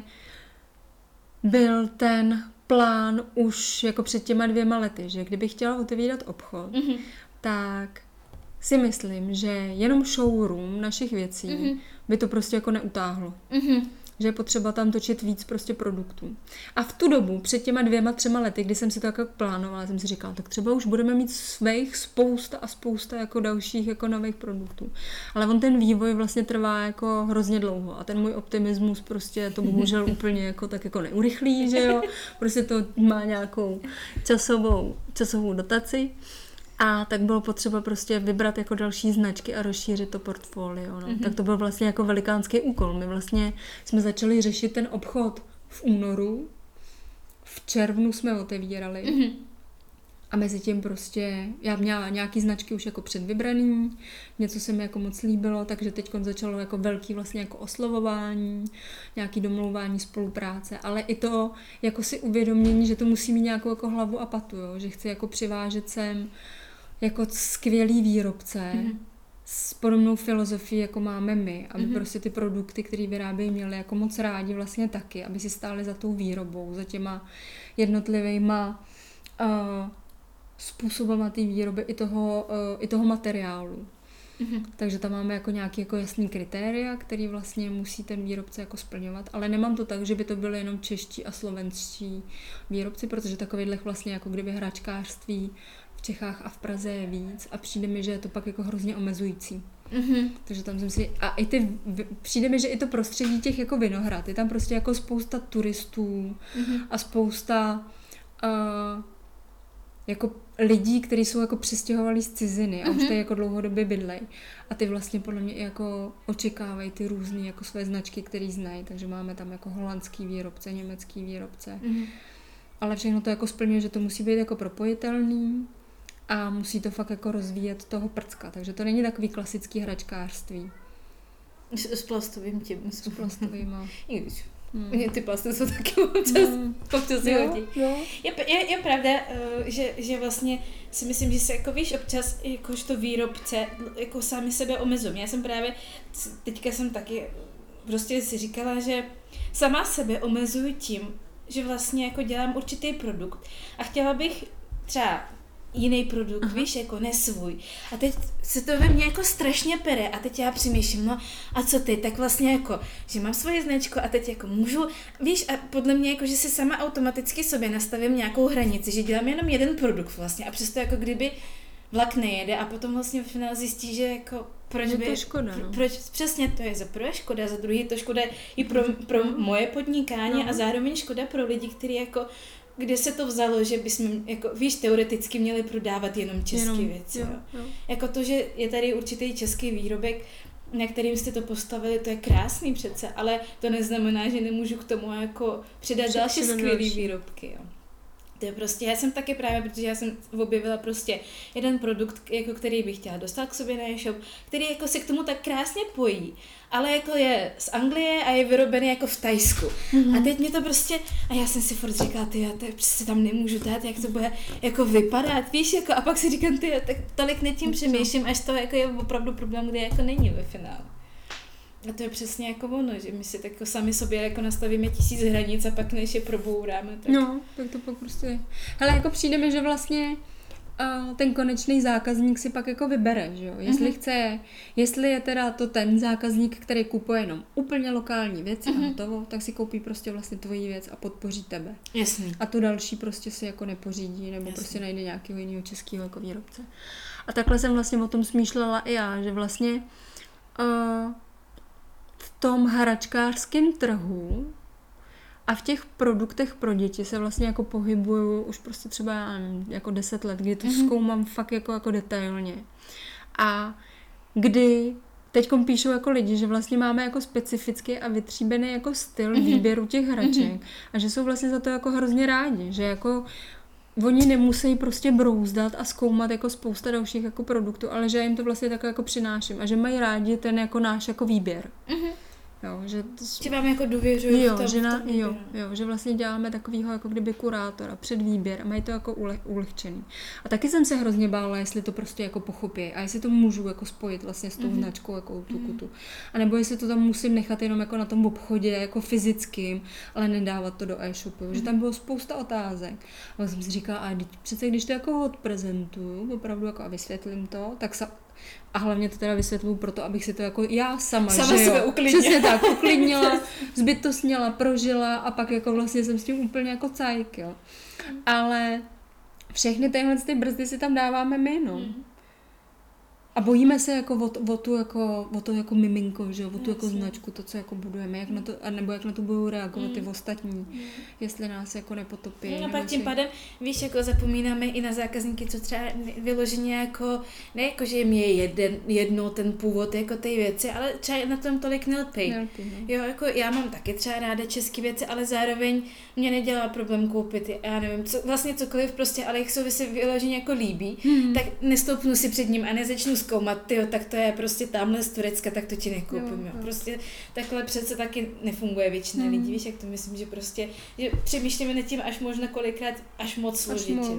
byl ten plán už jako před těma dvěma lety, že kdybych chtěla otevírat obchod, mm-hmm. tak si myslím, že jenom showroom našich věcí mm-hmm. by to prostě jako neutáhlo. Mm-hmm. Že je potřeba tam točit víc prostě produktů. A v tu dobu, před těma dvěma, třema lety, kdy jsem si to jako plánovala, jsem si říkala, tak třeba už budeme mít svých spousta a spousta jako dalších jako nových produktů. Ale on ten vývoj vlastně trvá jako hrozně dlouho a ten můj optimismus prostě to bohužel úplně jako tak jako neurychlí, že jo. Prostě to má nějakou časovou, časovou dotaci. A tak bylo potřeba prostě vybrat jako další značky a rozšířit to portfolio. No. Mm-hmm. Tak to byl vlastně jako velikánský úkol. My vlastně jsme začali řešit ten obchod v únoru, v červnu jsme otevírali mm-hmm. a mezi tím prostě, já měla nějaký značky už jako předvybraný, něco se mi jako moc líbilo, takže teď začalo jako velký vlastně jako oslovování, nějaký domlouvání spolupráce, ale i to jako si uvědomění, že to musí mít nějakou jako hlavu a patu, jo? Že chci jako přivážet sem jako skvělý výrobce mm-hmm. s podobnou filozofií, jako máme my, aby mm-hmm. prostě ty produkty, které vyrábějí, měli jako moc rádi vlastně taky, aby si stáli za tou výrobou, za těma jednotlivýma uh, způsobama té výroby i toho, uh, i toho materiálu. Mm-hmm. Takže tam máme jako nějaké jako jasný kritéria, který vlastně musí ten výrobce jako splňovat, ale nemám to tak, že by to byly jenom čeští a slovenští výrobci, protože takovýhlech vlastně jako kdyby hračkářství v Čechách a v Praze je víc a přijde mi, že je to pak jako hrozně omezující. Mm-hmm. Takže tam jsem si... A i ty... Přijde mi, že i to prostředí těch jako Vinohrad, je tam prostě jako spousta turistů mm-hmm. a spousta uh, jako lidí, kteří jsou jako přestěhovali z ciziny a mm-hmm. už tady jako dlouhodobě bydlej. A ty vlastně podle mě i jako očekávají ty různý jako své značky, který znají, takže máme tam jako holandský výrobce, německý výrobce. Mm-hmm. Ale všechno to jako splňuje, že to musí být jako propojitelný a musí to fakt jako rozvíjet toho prcka. Takže to není takový klasický hračkářství. S, s plastovým tím. S plastovýma. I když. Hmm. Ty plasty jsou taky občas, hmm. občas jo, hodí. Jo. Je, je, je pravda, že, že vlastně si myslím, že se jako víš občas jakožto výrobce jako sami sebe omezují. Já jsem právě, teďka jsem taky prostě si říkala, že sama sebe omezuju tím, že vlastně jako dělám určitý produkt a chtěla bych třeba jiný produkt, aha. víš, jako ne svůj. A teď se to ve mně jako strašně pere a teď já přemýšlím, no a co ty, tak vlastně jako, že mám svoji značku a teď jako můžu, víš, a podle mě jako, že si sama automaticky sobě nastavím nějakou hranici, že dělám jenom jeden produkt vlastně a přesto jako kdyby vlak nejede a potom vlastně v finále zjistí, že jako proč je by, to škoda, no. proč, přesně to je za prvé škoda, za druhý to škoda i pro, pro moje podnikání no. a zároveň škoda pro lidi, kteří jako kde se to vzalo, že bychom, jako, víš, teoreticky měli prodávat jenom české věci. Jo, jo. Jako to, že je tady určitý český výrobek, na kterým jste to postavili, to je krásný přece, ale to neznamená, že nemůžu k tomu jako přidat další skvělý výrobky. Jo. To je prostě, já jsem taky právě, protože já jsem objevila prostě jeden produkt, jako který bych chtěla dostat k sobě na e-shop, který jako se k tomu tak krásně pojí, ale jako je z Anglie a je vyrobený jako v Thajsku. Mm-hmm. A teď mě to prostě, a já jsem si furt říkala, ty, já to prostě tam nemůžu dát, jak to bude jako vypadat, víš, jako, a pak si říkám, ty, tak tolik nad tím přemýšlím, až to jako je opravdu problém, kde jako není ve finále. A to je přesně jako ono, že my si tak jako sami sobě jako nastavíme tisíc hranic a pak než je probouráme. Tak... No, tak to pak prostě... Hele, jako přijde mi, že vlastně a ten konečný zákazník si pak jako vybere, že jo? Jestli mm-hmm. chce, jestli je teda to ten zákazník, který kupuje jenom úplně lokální věci mm-hmm. a hotovo, tak si koupí prostě vlastně tvoji věc a podpoří tebe. Jasný. A tu další prostě si jako nepořídí, nebo Jasný. prostě najde nějakého jiného českého jako výrobce. A takhle jsem vlastně o tom smýšlela i já, že vlastně uh, v tom hračkářském trhu a v těch produktech pro děti se vlastně jako pohybuju už prostě třeba, já nevím, jako deset let, kdy to mm-hmm. zkoumám fakt jako, jako detailně. A kdy teďkom píšou jako lidi, že vlastně máme jako specifický a vytříbený jako styl mm-hmm. výběru těch hraček mm-hmm. a že jsou vlastně za to jako hrozně rádi, že jako oni nemusí prostě brouzdat a zkoumat jako spousta dalších jako produktů, ale že já jim to vlastně takhle jako přináším a že mají rádi ten jako náš jako výběr. Mm-hmm. Jo, že to jsou... Že vám jako důvěřuju jo, v tom, že na, v tom jo, jo, že vlastně děláme takovýho jako kdyby kurátora před výběr a mají to jako ule, ulehčený. A taky jsem se hrozně bála, jestli to prostě jako pochopí a jestli to můžu jako spojit vlastně s tou mm-hmm. značkou jako tu mm-hmm. kutu. A nebo jestli to tam musím nechat jenom jako na tom obchodě jako fyzickým, ale nedávat to do e-shopu. Mm-hmm. Že tam bylo spousta otázek. A jsem si říkala, a přece když to jako odprezentuju, opravdu jako a vysvětlím to, tak sa, a hlavně to teda vysvětluju proto, abych si to jako já sama, sama že sebe jo, uklidnila. přesně tak, uklidnila, zbytostněla, prožila a pak jako vlastně jsem s tím úplně jako cajk, jo. Ale všechny tyhle ty brzdy si tam dáváme my, no. Mm. A bojíme se jako o, o, tu jako, o to jako miminko, že jo, o tu jako značku, to, co jako budujeme, jak na to, nebo jak na to budou reagovat mm. ty ostatní, mm. jestli nás jako nepotopí. No a pak tím si... pádem, víš, jako zapomínáme i na zákazníky, co třeba vyloženě jako, ne jako, že jim je jeden, jedno ten původ jako ty věci, ale třeba na tom tolik nelpí. Nelpí, no. Jo, jako já mám taky třeba ráda české věci, ale zároveň mě nedělá problém koupit, já nevím, co, vlastně cokoliv prostě, ale jak se si vyloženě jako líbí, mm. tak nestoupnu si před ním a nezačnu zkoumat, tyjo, tak to je prostě tamhle z Turecka, tak to ti nekoupím, jo, jo. Prostě takhle přece taky nefunguje většina mm. lidí, víš, jak to myslím, že prostě, že přemýšlíme nad tím až možná kolikrát, až moc složitě.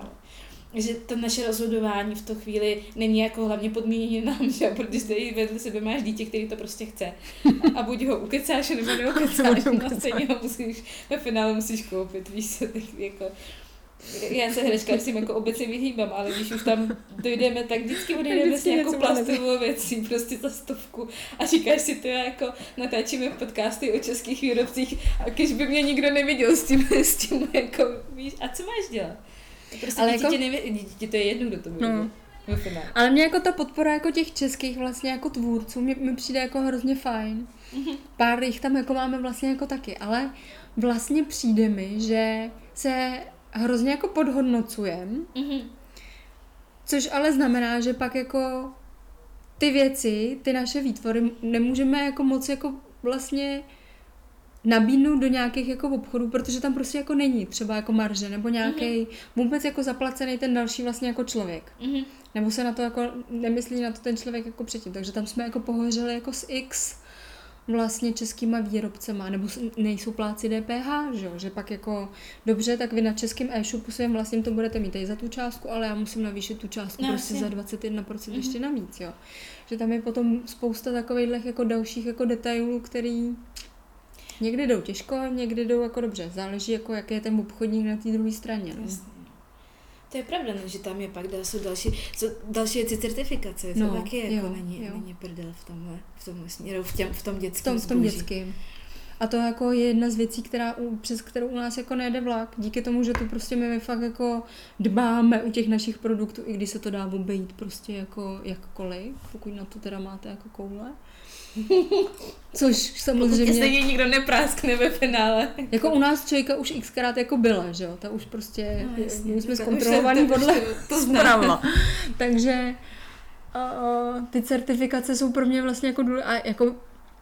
Že to naše rozhodování v tu chvíli není jako hlavně podmíněné nám, že? Protože tady vedle sebe máš dítě, který to prostě chce. A, a buď ho ukecáš, nebo neukecáš, no stejně ho musíš, ve finále musíš koupit, víš se, tak jako... Já se hračkářstvím jako obecně vyhýbám, ale když už tam dojdeme, tak vždycky odejdeme s nějakou plastovou věcí, prostě za stovku a říkáš si to, jako natáčíme podcasty o českých výrobcích a když by mě nikdo neviděl s tím, s tím jako, víš, a co máš dělat? Prostě ale dítě, jako... neví, dítě to je jedno, kdo to bude. No. Ale mě jako ta podpora jako těch českých vlastně jako tvůrců mi, mi přijde jako hrozně fajn. Mm-hmm. Pár jich tam jako máme vlastně jako taky, ale vlastně přijde mi, že se hrozně jako podhodnocujem, mm-hmm. což ale znamená, že pak jako ty věci, ty naše výtvory nemůžeme jako moc jako vlastně nabídnout do nějakých jako obchodů, protože tam prostě jako není třeba jako marže nebo nějaký mm-hmm. vůbec jako zaplacený ten další vlastně jako člověk. Mm-hmm. Nebo se na to jako nemyslí na to ten člověk jako předtím. Takže tam jsme jako pohořeli jako s X vlastně českýma výrobcema, nebo nejsou pláci D P H, že, že pak jako dobře, tak vy na českém e-shopu svým vlastně to budete mít i za tu částku, ale já musím navýšit tu částku no, prostě za dvacet jedna procent mm-hmm. ještě navíc, jo. Že tam je potom spousta takových jako dalších jako detailů, který někdy jdou těžko, někdy jdou jako dobře. Záleží, jako, jaký je ten obchodník na té druhé straně. No. To je pravda, no, že tam je pak jsou další, jsou další věci certifikace. To no, taky jako jo, není, jo. není prdel v tomhle, v tomhle směru, v, těm, v tom dětském v tom, v tom dětském. A to jako je jedna z věcí, která, přes kterou u nás jako nejde vlak. Díky tomu, že to prostě my fakt jako dbáme u těch našich produktů, i když se to dá obejít prostě jako jakkoliv, pokud na to teda máte jako koule. Což samozřejmě... Pokud stejně nikdo nepráskne ve finále. Jako u nás čojka už xkrát jako byla, že jo? Ta už prostě, no, jasně, my jsme zkontrolovaný podle zpravla. Takže uh, ty certifikace jsou pro mě vlastně jako důležité a jako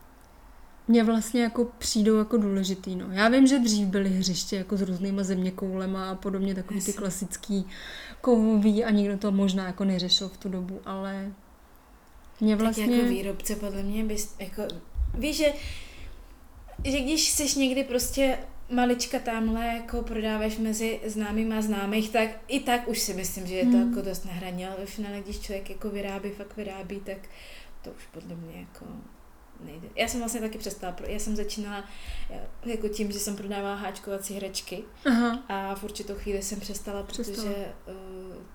mě vlastně jako přijdou jako důležitý, no. Já vím, že dřív byly hřiště jako s různýma zeměkoulema a podobně, takový jasně. ty klasický kovový a nikdo to možná jako neřešil v tu dobu, ale mě vlastně... Tak jako výrobce podle mě bys, jako, víš, že, že když jsi někdy prostě malička tamhle jako prodáváš mezi známýma a známých, tak i tak už si myslím, že je to hmm. jako dost na hraně, ale ve finále, když člověk jako vyrábí, fakt vyrábí, tak to už podle mě jako nejde. Já jsem vlastně taky přestala, já jsem začínala jako tím, že jsem prodávala háčkovací hračky. Aha. A v určitou chvíli jsem přestala, přestala. protože uh,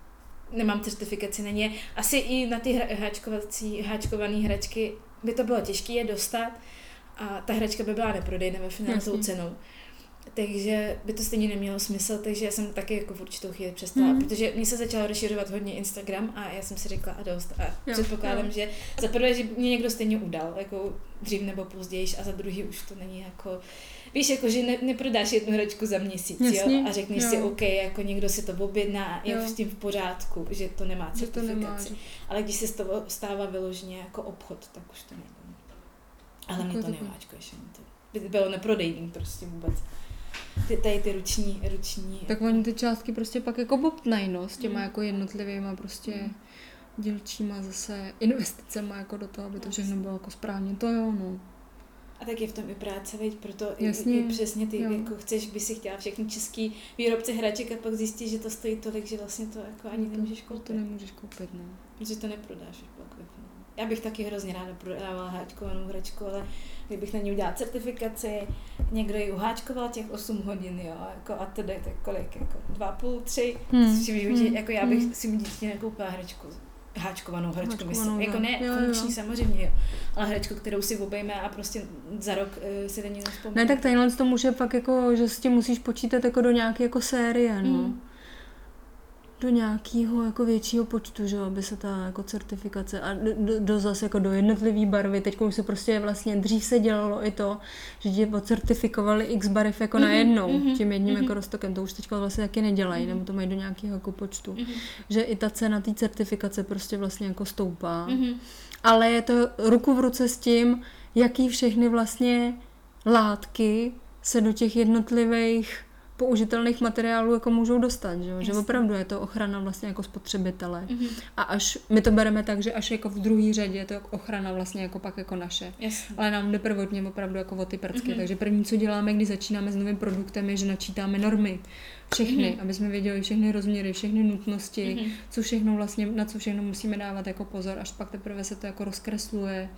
nemám certifikaci na ně. Asi i na ty hračkovací, hračkované hračky by to bylo těžké je dostat a ta hračka by byla neprodejná ve finále tou cenou. Takže by to stejně nemělo smysl, takže já jsem taky jako v určitou chvíli přestala, mm. protože mě se začalo rozšiřovat hodně Instagram a já jsem si řekla a dost a jo, předpokládám, jo. že za prvé, že mě někdo stejně udal, jako dřív nebo později a za druhý už to není jako, víš, jako že ne, neprodáš jednu hračku za měsíc, jo, a řekneš jo. si, OK, jako někdo si to objedná a je s tím v pořádku, že to nemá certifikaci, ale když se z toho stává vyloženě jako obchod, tak už to nejde. Ale mě to neváčkuješ, to by bylo neprodejný prostě vůbec. Ty, tady ty ruční, ruční... Tak oni ty částky prostě pak jako bobtnají, no, s těma mm. jako jednotlivýma prostě mm. dílčíma zase investicema jako do toho, aby to všechno bylo jako správně, to jo, no. A tak je v tom i práce, veď, proto i, i přesně ty, jo. jako chceš, by si chtěla všechny český výrobce hraček a pak zjistíš, že to stojí tolik, že vlastně to jako ani nemůžeš koupit. To nemůžeš koupit, no. Protože to neprodáš už pak. Já bych taky hrozně ráda prodávala háčkovanou hračku, ale kdybych na ní udělala certifikaci, někdo ji uháčkoval těch osm hodin, jo, jako a tedy, tak kolik, jako dva, půl, tři, hmm. hmm. jako já bych hmm. si mu dítě nekoupila hračku, háčkovanou hračku, háčkovanou, myslím, jako ne jo, funkční jo. samozřejmě, jo, ale hračku, kterou si obejme a prostě za rok uh, si do ní nevzpomíná. Ne, tak tadyhle to může fakt jako, že s tím musíš počítat jako do nějaké jako série, no. Hmm. Do nějakého jako většího počtu, že aby se ta jako certifikace a do, do, do zase jako do jednotlivý barvy, teď už se prostě vlastně dřív se dělalo i to, že ti certifikovali x barev jako mm-hmm, najednou, mm-hmm, tím jedním mm-hmm. jako roztokem, to už teď vlastně taky nedělají, mm-hmm. nebo to mají do nějakého jako počtu, mm-hmm. že i ta cena té certifikace prostě vlastně jako stoupá, mm-hmm. ale je to ruku v ruce s tím, jaký všechny vlastně látky se do těch jednotlivých použitelných materiálů jako můžou dostat, že, že opravdu je to ochrana vlastně jako spotřebitele. Mm-hmm. A až my to bereme tak, že až jako v druhé řadě je to ochrana vlastně jako pak jako naše. Jasně. Ale nám jde prvotně opravdu jako o ty prcky. Mm-hmm. Takže první, co děláme, když začínáme s novým produktem, je, že načítáme normy. Všechny, mm-hmm. aby jsme věděli všechny rozměry, všechny nutnosti, mm-hmm. co všechno vlastně, na co všechno musíme dávat jako pozor, až pak teprve se to jako rozkresluje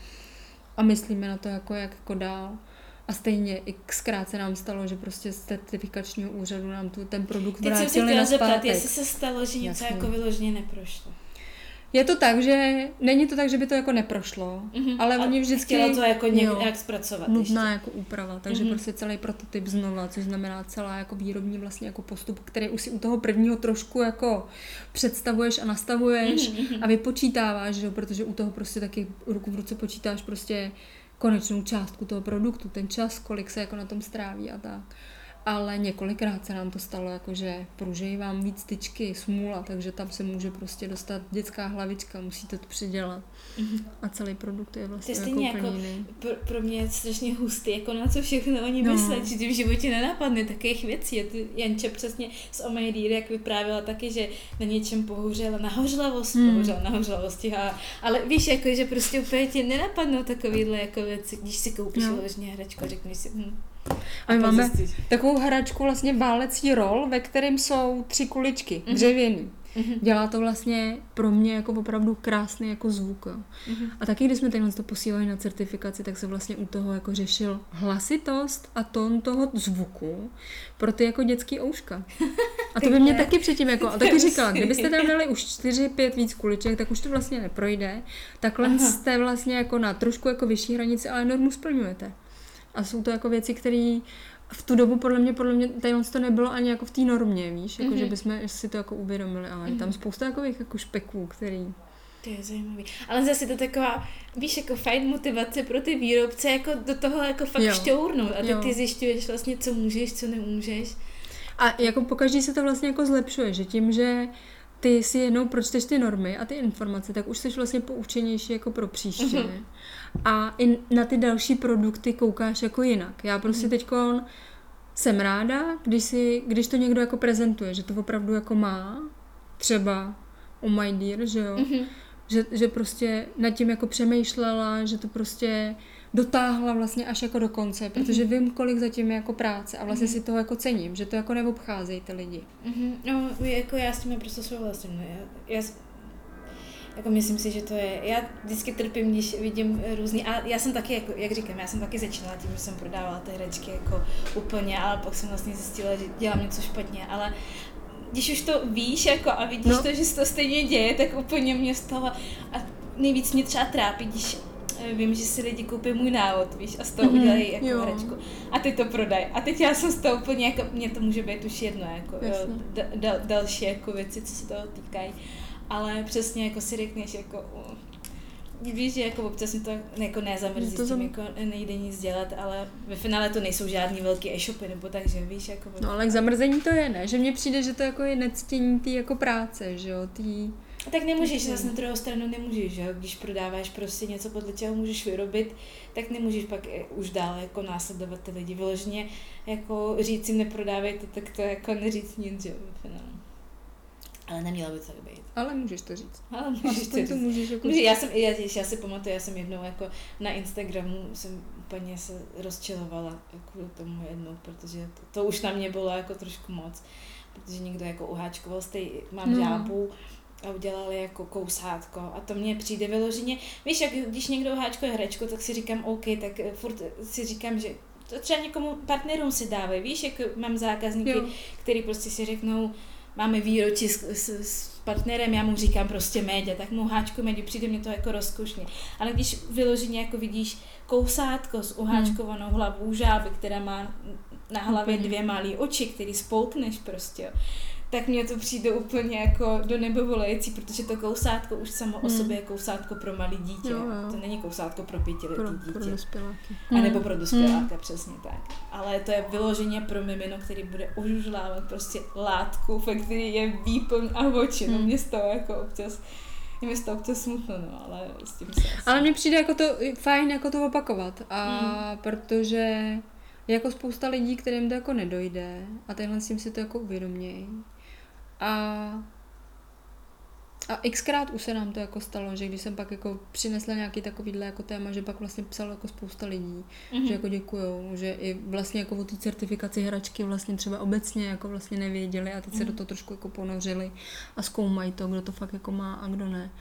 a myslíme na to jako jak jako dál. A stejně xkrát se nám stalo, že prostě z certifikačního úřadu nám tu ten produkt vrátili nazpátek. Teď jsem se chtěla zeptat, jestli se stalo, že něco Jasně. jako vyloženě neprošlo. Je to tak, že není to tak, že by to jako neprošlo, mm-hmm. ale a oni vždycky... Chtělo to jako nějak zpracovat nutná ještě. Jako úprava, takže mm-hmm. prostě celý prototyp znova, což znamená celá jako výrobní vlastně jako postup, který už si u toho prvního trošku jako představuješ a nastavuješ mm-hmm. a vypočítáváš, že? Protože u toho prostě taky ruku v ruce počítáš prostě konečnou částku toho produktu, ten čas, kolik se jako na tom stráví a tak. Ale několikrát se nám to stalo, jakože pružejí vám víc tyčky, smůla, takže tam se může prostě dostat dětská hlavička, musíte to přidělat. Mm-hmm. A celý produkt je vlastně to je jako, jako jiný. Pro, pro mě je strašně hustý, jako na co všechno oni no. myslí, že ti v životě nenapadne takových věcí. Janče přesně z Oh My Dear, jak vyprávěla taky, že na něčem pohořela, na hořlavost, mm. pohořela na hořlavosti, a, ale víš, jako, že prostě úplně ti nenapadnou takovýhle jako věci, když si koupíš no. ložně hračku a řekneš si, hm. A my máme takovou hračku vlastně válecí rol, ve kterém jsou tři kuličky, mm-hmm. dřevěný. Mm-hmm. Dělá to vlastně pro mě jako opravdu krásný jako zvuk. Jo. Mm-hmm. A taky, když jsme tenhle to posílali na certifikaci, tak se vlastně u toho jako řešil hlasitost a tón toho zvuku pro ty jako dětský ouška. A to by mě taky předtím jako, a taky říkala, kdybyste tam dali už čtyři, pět víc kuliček, tak už to vlastně neprojde. Takhle Aha. jste vlastně jako na trošku jako vyšší hranici, ale normu splňujete. A jsou to jako věci, které v tu dobu podle mě, podle mě tady to nebylo ani jako v té normě, víš, jako mm-hmm. že bychom si to jako uvědomili, ale mm-hmm. je tam spousta takových jako špeků, který... To je zajímavý. Ale zase to taková, víš, jako fajn motivace pro ty výrobce, jako do toho jako fakt jo. šťournout a ty, ty zjišťuješ vlastně, co můžeš, co nemůžeš. A jako pokaždý se to vlastně jako zlepšuje, že tím, že ty si jednou pročteš ty normy a ty informace, tak už jsi vlastně poučenější jako pro příště. Mm-hmm. A i na ty další produkty koukáš jako jinak. Já prostě mm-hmm. teďkon jsem ráda, když, si, když to někdo jako prezentuje, že to opravdu jako má, třeba Oh My Dear, že jo, mm-hmm. že, že prostě nad tím jako přemýšlela, že to prostě dotáhla vlastně až jako do konce, protože mm-hmm. vím, kolik zatím je jako práce a vlastně mm-hmm. si toho jako cením, že to jako neobcházejí ty lidi. Mm-hmm. No, jako já s tím prostě souhlasím. No, já, já, jako myslím si, že to je, já vždycky trpím, když vidím různý, a já jsem taky, jako, jak říkám, já jsem taky začínala tím, že jsem prodávala ty hračky jako úplně, ale pak jsem vlastně zjistila, že dělám něco špatně, ale když už to víš jako a vidíš no. to, že se to stejně děje, tak úplně mě stalo a nejvíc mě třeba trápí, když vím, že si lidi koupí můj návod, víš, a z toho mm-hmm, udělají jako jo. hračku. A ty to prodají. A teď já jsem z toho úplně jako, mně to může být už jedno, jako jo, da, da, další jako věci, co se toho týkají. Ale přesně jako si řekneš, jako víš, že jako občas mi to jako nezamrzí, to s tím jako nejde nic dělat, ale ve finále to nejsou žádný velký e-shopy, nebo tak, že víš, jako... No ale k zamrzení to je, ne? Že mně přijde, že to jako je nectění té jako práce, že jo, tý... A tak nemůžeš, zase na druhou stranu nemůžeš, že jo, když prodáváš prostě něco, podle čeho můžeš vyrobit, tak nemůžeš pak už dál jako následovat ty lidi. Vyloženě jako říct jim neprodávejte, tak to jako neříct nic, že jo, ve finále. Ale neměla by to tak být. Ale můžeš to říct. Ale můžeš to říct. Můžeš jako Může, já, jsem, já, já si pamatuju, já jsem jednou jako na Instagramu jsem úplně se rozčilovala kvůli tomu jednou, protože to, to už na mě bylo jako trošku moc, protože někdo jako uháčkoval z té mám no. žábu a udělali jako kousátko a to mně přijde vyloženě, víš, jak když někdo uháčkuje hračku, tak si říkám OK, tak furt si říkám, že to třeba někomu partnerům si dávají, víš, jak mám zákazníky, jo. který prostě si řeknou, máme výročí s, s, s partnerem, já mu říkám prostě média, tak mu háčku média, přijde mi to jako rozkošně. Ale když vyloženě jako vidíš kousátko s uháčkovanou hlavou žáby, která má na hlavě dvě malé oči, který spolkneš prostě, jo, tak mně to přijde úplně jako do nebe volající, protože to kousátko už samo hmm. o sobě je kousátko pro malé dítě. Jo, jo. To není kousátko pro pětiletý pro, dítě. Pro dospěláky. A nebo pro dospěláka, hmm. přesně tak. Ale to je vyloženě pro mimino, který bude ožužlávat prostě látku, fakt, který je výplň a oči. Hmm. No mě z toho jako občas, mě z toho občas smutno, no, ale s tím se asi... Ale mně přijde jako to fajn jako to opakovat, a hmm. protože jako spousta lidí, kterým to jako nedojde a tenhle s tím si to jako uvědomějí. A, a xkrát už se nám to jako stalo, že když jsem pak jako přinesla nějaký takovýhle jako téma, že pak vlastně psalo jako spousta lidí, mm-hmm. že jako děkujou, že i vlastně jako o té certifikaci hračky vlastně třeba obecně jako vlastně nevěděli a teď mm-hmm. se do toho trošku jako ponořili a zkoumají to, kdo to fakt jako má a kdo ne.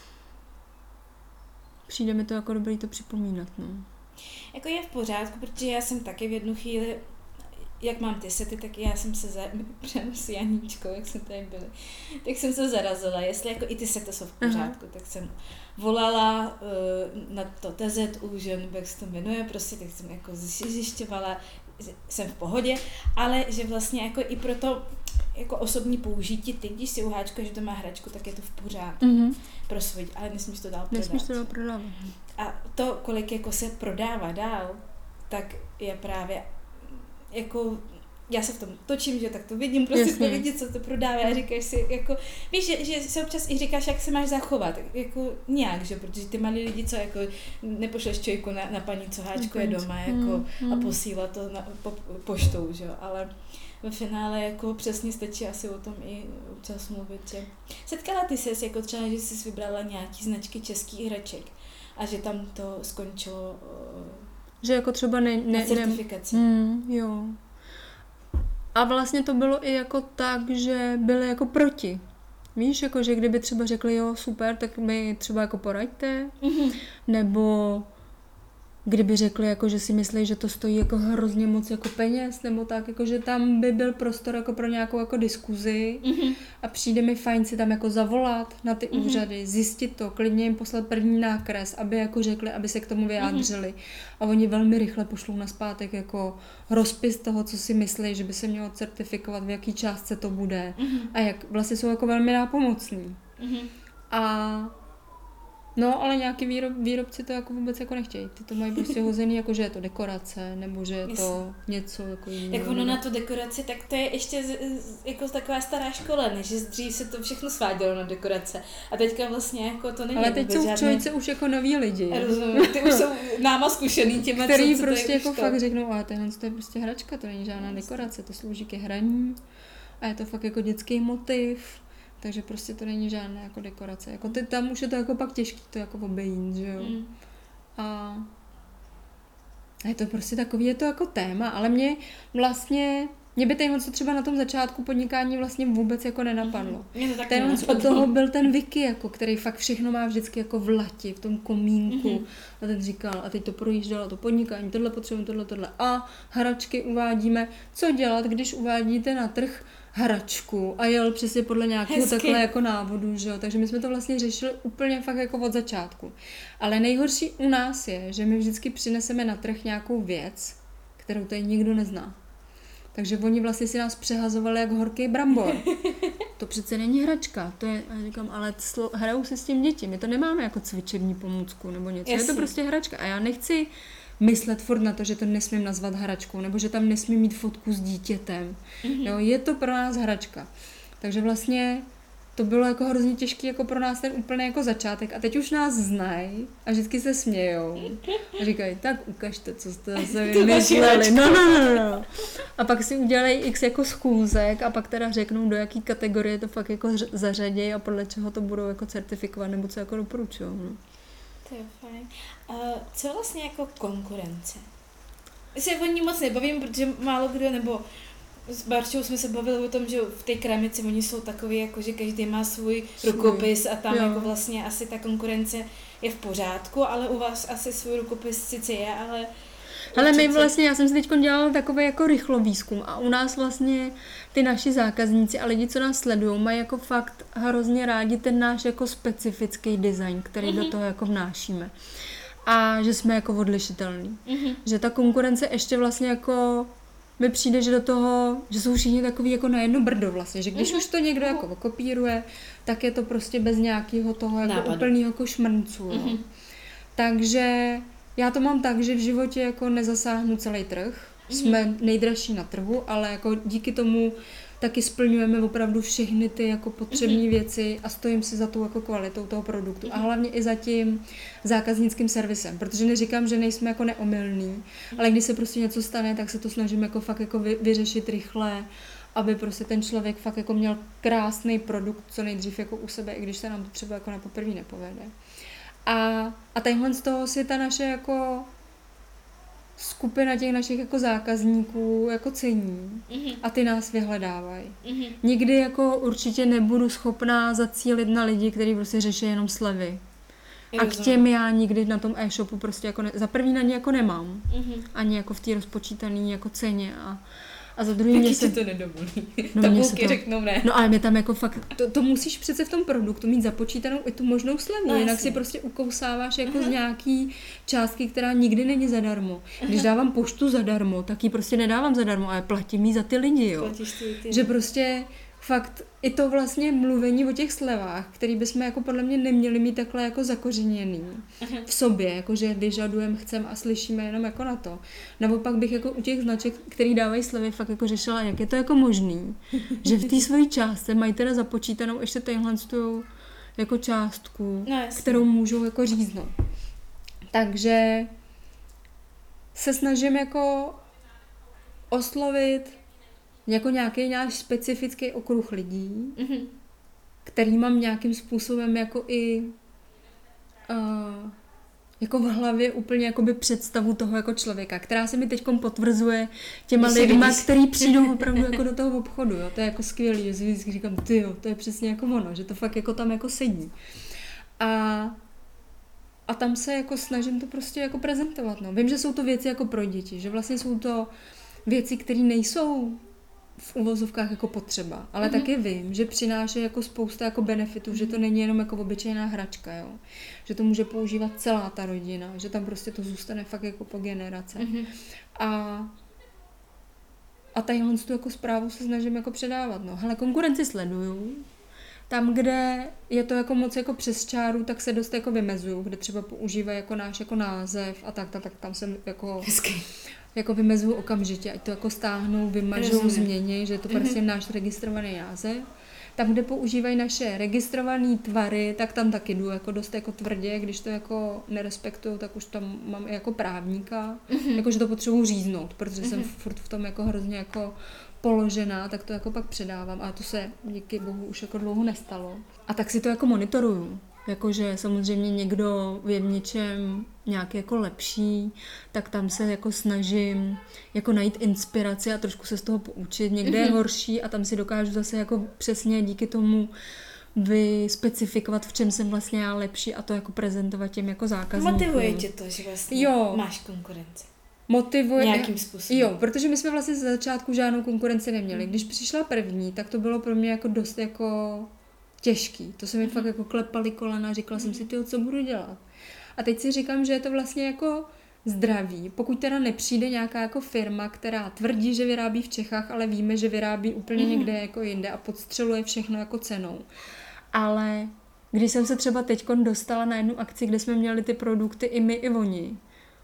Přijde mi to jako dobrý to připomínat, no. Jako je v pořádku, protože já jsem taky v jednu chvíli, jak mám ty sety, tak já jsem se za... s Janíčkou, jak jsme tady byli, tak jsem se zarazila, jestli jako i ty sety jsou v pořádku, uh-huh. tak jsem volala uh, na to T Z U, že nebo jak se to jmenuje, prostě tak jsem jako zjišťovala, jsem v pohodě, ale že vlastně jako i pro to jako osobní použití, ty, když si uháčkuješ doma hračku, tak je to v pořádku uh-huh. pro svůj, ale nesmíš to dál prodávat. Nesmíš to dál prodávat. A to, kolik jako se prodává dál, tak je právě jako, já se v tom točím, že tak to vidím, prostě to lidi, co to prodává a říkáš si, jako, víš, že, že se občas i říkáš, jak se máš zachovat, jako nějak, že, protože ty malí lidi, co jako nepošleš čojku na, na paní, co háčkuje doma, jako mm, mm. a posílá to na, po, poštou, že jo, ale ve finále jako přesně stačí asi o tom i občas mluvit, že setkala ty ses, jako třeba, že jsi vybrala nějaký značky českých hraček a že tam to skončilo že jako třeba ne, ne, na certifikaci. Ne, mm, jo. A vlastně to bylo i jako tak, že byli jako proti. Víš, jako že kdyby třeba řekli, jo, super, tak mi třeba jako poraďte, mm-hmm. nebo kdyby řekli, jako, že si myslí, že to stojí jako hrozně moc jako peněz, nebo tak, jako, že tam by byl prostor jako pro nějakou jako diskuzi mm-hmm. a přijde mi fajn si tam jako zavolat na ty mm-hmm. úřady, zjistit to, klidně jim poslat první nákres, aby jako řekli, aby se k tomu vyjádřili. Mm-hmm. A oni velmi rychle pošlou nazpátek jako rozpis toho, co si myslí, že by se mělo certifikovat, v jaký částce to bude mm-hmm. a jak vlastně jsou jako velmi nápomocní. Mm-hmm. A no, ale nějaký výrob, výrobci to jako vůbec jako nechtějí. Ty to mají prostě hozený, jako že je to dekorace, nebo že je to něco jako jiného. Jak ono na tu dekoraci, tak to je ještě z, z, jako taková stará škola, než že dřív se to všechno svádělo na dekorace. A teďka vlastně jako to není. Ale teď jsou v Čojce už jako noví lidi. Rozumím, ty už jsou náma zkušený těma, který co, co prostě jako to. fakt řeknou, ale tohle to je prostě hračka, to není žádná dekorace, to slouží ke hraní a je to fakt jako dětský motiv. Takže prostě to není žádná jako dekorace. Jako ty, tam už je to jako pak těžký to jako obejít, že jo. Mm. A je to prostě takový, je to jako téma, ale mě vlastně Mě by tenhle co třeba na tom začátku podnikání vlastně vůbec jako nenapadlo. Mě to taky Ten nenapadlo. od toho byl ten Vicky, jako, který fakt všechno má vždycky jako v lati, v tom komínku. Mhm. A ten říkal, a teď to projíždělo, to podnikání, tohle potřebujeme, tohle, tohle. A hračky uvádíme. Co dělat, když uvádíte na trh hračku a jel přesně podle nějakého Hezky. takhle jako návodu, že jo. Takže my jsme to vlastně řešili úplně fakt jako od začátku. Ale nejhorší u nás je, že my vždycky přineseme na trh nějakou věc, kterou tady nikdo nezná. Takže oni vlastně si nás přehazovali jak horký brambor. To přece není hračka. To je, a já říkám, ale slo, hrajou se s tím děti. My to nemáme jako cvičební pomůcku nebo něco. Jasně. Je to prostě hračka. A já nechci myslet furt na to, že to nesmím nazvat hračkou, nebo že tam nesmím mít fotku s dítětem. Mhm. Jo, je to pro nás hračka. Takže vlastně to bylo jako hrozně těžký jako pro nás ten úplný jako začátek. A teď už nás znají a vždycky se smějou. A říkají, tak ukažte, co jste zase vymysleli. No, no, no, no. A pak si udělají x jako schůzek a pak teda řeknou, do jaký kategorie to fakt jako zařadějí a podle čeho to budou jako certifikovat nebo co jako doporučují. No. To je fajn. Uh, co vlastně jako konkurence? Já se o ní moc nebavím, protože málo kdo, nebo s Barčou jsme se bavili o tom, že v té kramici oni jsou takový, jako že každý má svůj rukopis a tam jo. jako vlastně asi ta konkurence je v pořádku, ale u vás asi svůj rukopis sice je, ale... Ale my určitě- vlastně, já jsem si teď dělala takový jako rychlo výzkum a u nás vlastně ty naši zákazníci a lidi, co nás sledují, mají jako fakt hrozně rádi ten náš jako specifický design, který mm-hmm. do toho jako vnášíme. A že jsme jako odlišitelní. Mhm. Že ta konkurence ještě vlastně jako mi přijde, že do toho, že jsou všichni takový jako na jedno brdo vlastně, že když Mhm. už to někdo jako kopíruje, tak je to prostě bez nějakého toho jako Nápadu. úplného jako šmrncu. Jo. Mhm. Takže já to mám tak, že v životě jako nezasáhnu celý trh. Jsme nejdražší na trhu, ale jako díky tomu taky splňujeme opravdu všechny ty jako potřebné věci a stojím si za tou jako kvalitou toho produktu. A hlavně i za tím zákaznickým servisem, protože neříkám, že nejsme jako neomylní, ale když se prostě něco stane, tak se to snažím jako fakt jako vy, vyřešit rychle, aby prostě ten člověk fakt jako měl krásný produkt co nejdřív jako u sebe, i když se nám to třeba jako na poprvé nepovede. A, a tadyhle z toho si ta naše jako skupina těch našich jako zákazníků jako cení Mhm. a ty nás vyhledávají. Mhm. Nikdy jako určitě nebudu schopná zacílit na lidi, kteří prostě řeší jenom slevy. Já A k rozumím. těm já nikdy na tom e-shopu prostě jako ne, za první na ně jako nemám. Mhm. Ani jako v té rozpočítané jako ceně a, a za druhý Taky mě ti se... to nedovolí. No, No, mně se Tabulky to- řeknou ne. No ale mě tam jako fakt, to, to musíš přece v tom produktu mít započítanou i tu možnou slevu, No, jinak jasně. si prostě ukousáváš jako Aha. z nějaký částky, která nikdy není zadarmo. Když dávám poštu zadarmo, tak ji prostě nedávám zadarmo, ale platím jí za ty lidi, jo. Platíš ty, ty. Že prostě fakt i to vlastně mluvení o těch slevách, který bychom jako podle mě neměli mít takhle jako zakořeněný Aha. v sobě, jakože vyžadujeme, chceme a slyšíme jenom jako na to. Naopak bych jako u těch značek, který dávají slevy, fakt jako řešila, jak je to jako možný, že v té své částce mají teda započítanou ještě tenhle tu jako částku, No, jasně. kterou můžou jako říznout. Takže se snažím jako oslovit jako nějaký náš specifický okruh lidí, Mhm. který mám nějakým způsobem jako i uh, jako v hlavě úplně jakoby představu toho jako člověka, která se mi teďkom potvrzuje těma Když se lidma, vidíš. který přijdou opravdu jako do toho obchodu, jo. To je jako skvělý, že si vždycky říkám, ty jo, to je přesně jako ono, že to fakt jako tam jako sedí. A a tam se jako snažím to prostě jako prezentovat, no. Vím, že jsou to věci jako pro děti, že vlastně jsou to věci, které nejsou v uvozovkách jako potřeba, ale Mhm. taky vím, že přináší jako spousta jako benefitů, že to není jenom jako obyčejná hračka, jo. Že to může používat celá ta rodina, že tam prostě to zůstane fakt jako po generace. Mhm. A a tadyhle tu jako zprávu se snažím jako předávat, no. Hele, konkurenci sleduju. Tam, kde je to jako moc jako přes čáru, tak se dost jako vymezuju, kde třeba používají jako náš jako název a tak, tak, tak tam jsem jako, Hezky. jako vymezuju okamžitě, ať to jako stáhnou, vymažou, Rozumím. změní, že je to prostě náš registrovaný název. Tam, kde používají naše registrované tvary, tak tam taky jdu jako dost jako tvrdě, když to jako nerespektuju, tak už tam mám i jako právníka, jakože to potřebuji říznout, protože jsem furt v tom jako hrozně jako položená, tak to jako pak předávám, ale to se díky bohu už jako dlouho nestalo. A tak si to jako monitoruju. Jakože samozřejmě někdo je v něčem nějak jako lepší, tak tam se jako snažím jako najít inspiraci a trošku se z toho poučit. Někde je horší a tam si dokážu zase jako přesně díky tomu vyspecifikovat, v čem jsem vlastně já lepší a to jako prezentovat těm jako zákazníkům. Motivuje tě to, že vlastně jo. máš konkurenci? Motivuje. Nějakým způsobem. Jo, protože my jsme vlastně ze začátku žádnou konkurenci neměli. Když přišla první, tak to bylo pro mě jako dost jako těžký. To se mi mm. fakt jako klepaly kolena, říkala mm. jsem si, tyjo, co budu dělat. A teď si říkám, že je to vlastně jako zdraví. Pokud teda nepřijde nějaká jako firma, která tvrdí, že vyrábí v Čechách, ale víme, že vyrábí úplně mm. někde jako jinde a podstřeluje všechno jako cenou. Ale když jsem se třeba teďkon dostala na jednu akci, kde jsme měli ty produkty i my, i oni,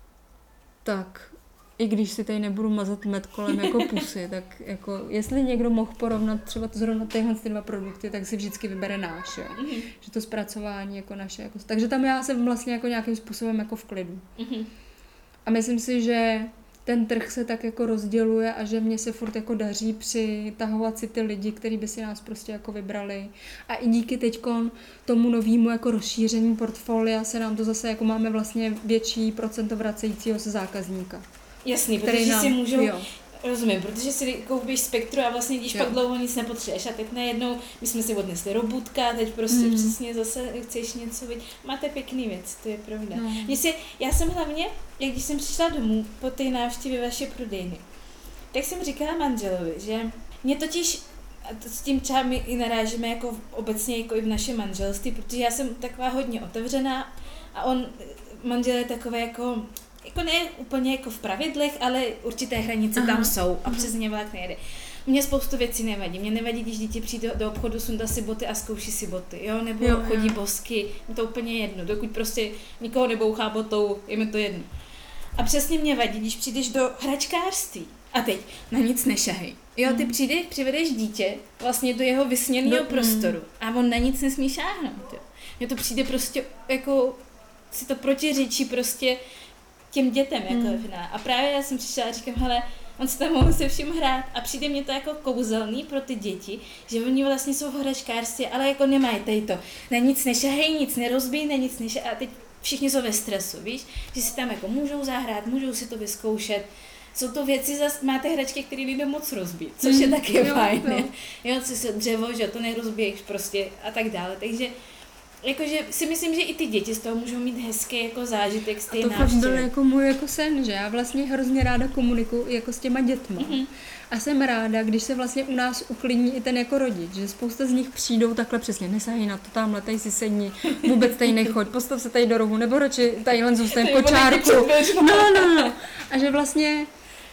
tak i když si tady nebudu mazat med kolem jako pusy, tak jako jestli někdo mohl porovnat třeba zrovna tyhle ty dva produkty, tak si vždycky vybere náš, jo. Mm-hmm. Že to zpracování jako naše. Jako, takže tam já jsem vlastně jako nějakým způsobem jako v klidu. Mm-hmm. A myslím si, že ten trh se tak jako rozděluje a že mě se furt jako daří přitahovat si ty lidi, kteří by si nás prostě jako vybrali. A i díky teďkon tomu novému jako rozšíření portfolia se nám to zase jako máme vlastně větší procento vracejícího se zákazníka. Jasný, protože nám, si můžou, jo. rozumím, protože si koupíš Spektru a vlastně když jo. pak dlouho nic nepotřebuješ a teď najednou, my jsme si odnesli robůtka a teď prostě mm. přesně zase chceš něco vidět. Máte pěkný věc, to je pravda. No. Si, já jsem hlavně, jak když jsem přišla domů po té návštěvě vaše prodejny, tak jsem říkala manželovi, že mě totiž, a to s tím třeba my i narážíme jako obecně jako i v našem manželství, protože já jsem taková hodně otevřená a on, manžel je takové jako jako ne úplně jako v pravidlech, ale určité hranice aha, tam jsou a aha. přes ně vlak nejde. Mně spoustu věcí nevadí. Mně nevadí, když dítě přijde do obchodu, sundá si boty a zkouší si boty, jo? Nebo jo, chodí jo. bosky, je to úplně jedno. Dokud prostě nikoho nebouchá botou, je mi to jedno. A přesně mě vadí, když přijdeš do hračkářství a teď na nic nešahej. Jo, ty přijdeš, přivedeš dítě vlastně do jeho vysněného prostoru a on na nic nesmí šáhnout. Jo. Mně to přijde prostě jako, si to protiřečí prostě těm dětem, jako hmm. A právě já jsem přišla a říkám, hele, on se tam mohl se vším hrát a přijde mě to jako kouzelný pro ty děti, že oni vlastně jsou v hračkářství, ale jako nemají tady to. Na nic nešahají, nic nerozbíjí, na nic nešahají a teď všichni jsou ve stresu, víš, že si tam jako můžou zahrát, můžou si to vyzkoušet. Jsou to věci, zase máte hračky, které nejde moc rozbít, což je taky jo, fajn. Jo, jo co se dřevo, že to nerozbiješ prostě a tak dále, takže jakože si myslím, že i ty děti z toho můžou mít hezký jako zážitek z té návštěvy. To fakt byl jako můj jako sen, že já vlastně hrozně ráda komunikuju jako s těma dětma. Mm-hmm. A jsem ráda, když se vlastně u nás uklidní i ten jako rodič, že spousta z nich přijdou takhle přesně, nesahy na to, tamhle, tady si sedni, vůbec tady nechoď, postav se tady do rohu, nebo radši tadyhle zůstaň v kočárku. No, no, no. A že vlastně